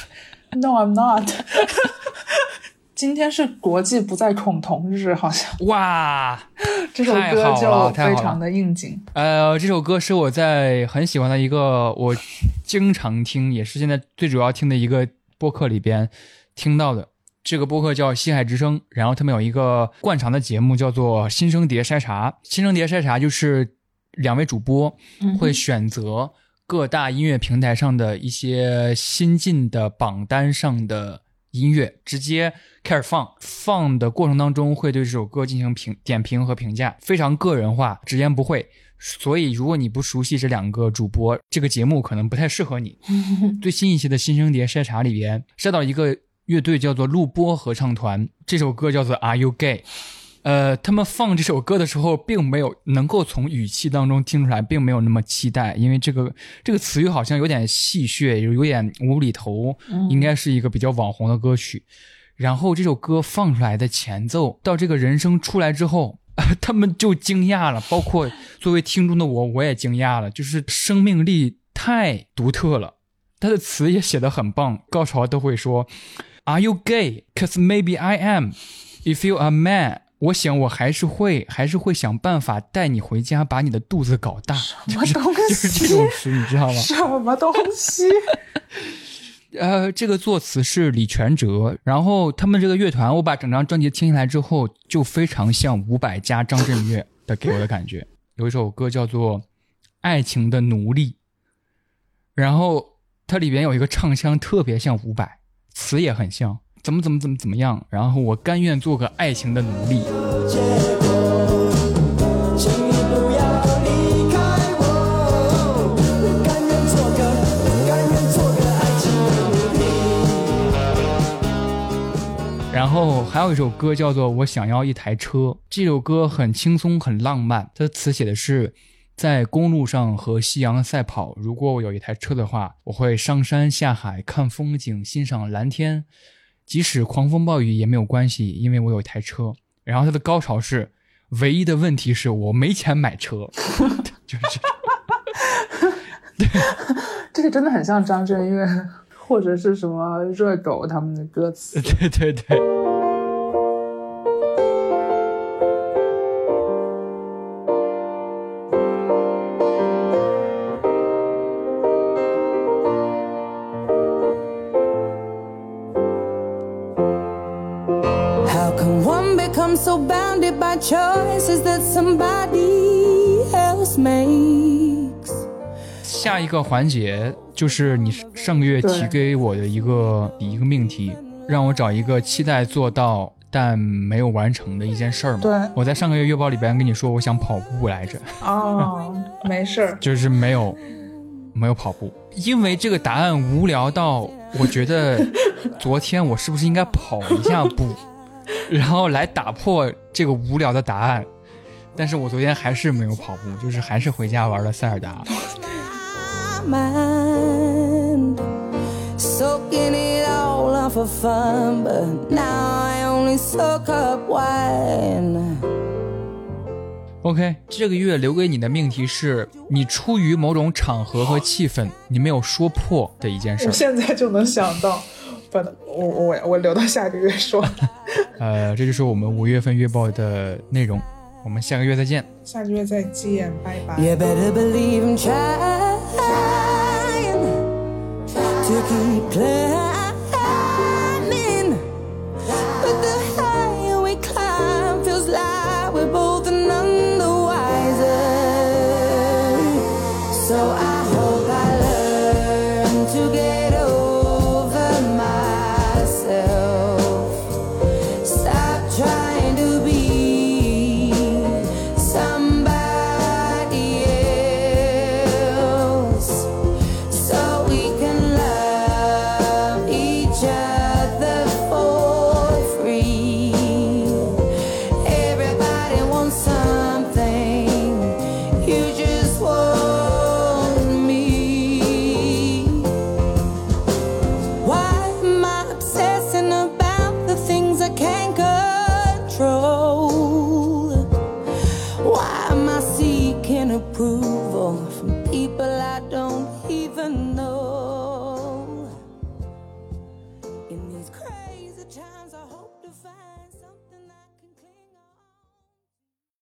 No I'm not。 今天是国际不再恐同日，好像。 哇， 这首歌就非常的应景。 呃，这首歌是我在很喜欢的一个我经常听也是现在最主要听的一个播客里边听到的。这个播客叫西海之声，然后他们有一个惯常的节目叫做新生碟筛查。新生碟筛查就是两位主播会选择各大音乐平台上的一些新进的榜单上的音乐，直接开始放，放的过程当中会对这首歌进行评点评和评价，非常个人化，直言不讳。所以如果你不熟悉这两个主播，这个节目可能不太适合你。最新一期的新生碟筛查里边筛到一个乐队叫做录播合唱团，这首歌叫做 Are You Gay？ 呃，他们放这首歌的时候并没有能够从语气当中听出来，并没有那么期待，因为这个这个词语好像有点戏谑，有点无厘头，应该是一个比较网红的歌曲。然后这首歌放出来的前奏到这个人声出来之后，呃、他们就惊讶了，包括作为听众的我我也惊讶了，就是生命力太独特了。他的词也写得很棒，高潮都会说 Are you gay? Cause maybe I am. If you are man, 我想我还是会还是会想办法带你回家，把你的肚子搞大。 什么东西？ 就是这种词，你知道吗？ 什么东西？ 呃，这个作词是李全哲，然后他们这个乐团，我把整张专辑听下来之后，就非常像伍佰加张震岳的给我的感觉。有一首歌叫做《爱情的奴隶》， 然后它里边有一个唱腔特别像伍佰，词也很像，怎么怎么怎么怎么样，然后我甘愿做个爱情的奴隶。然后还有一首歌叫做《我想要一台车》，这首歌很轻松很浪漫，它的词写的是在公路上和夕阳赛跑，如果我有一台车的话，我会上山下海看风景欣赏蓝天，即使狂风暴雨也没有关系，因为我有一台车。然后它的高潮是唯一的问题是我没钱买车就是对， 这个真的很像张震岳或者是什么热狗他们的歌词。 对对对。 How can one become so bounded by choices that somebody else makes? 下一个环节就是你上个月提给我的一个一个命题，让我找一个期待做到但没有完成的一件事儿嘛。 对， 我在上个月月报里边跟你说我想跑步来着。 哦，没事儿， 就是没有没有跑步，因为这个答案无聊到我觉得昨天我是不是应该跑一下步，然后来打破这个无聊的答案。但是我昨天还是没有跑步，就是还是回家玩了塞尔达。 Mind, soaking it all up for fun, but now I only soak up wine. OK， 这个月留给你的命题是你出于某种场合和气氛，你没有说破的一件事。 我现在就能想到，不，我我我留到下个月说。 呃，这就是我们五月份月报的内容，我们下个月再见。 下个月再见，拜拜。 You better believe I'm trying to keep playing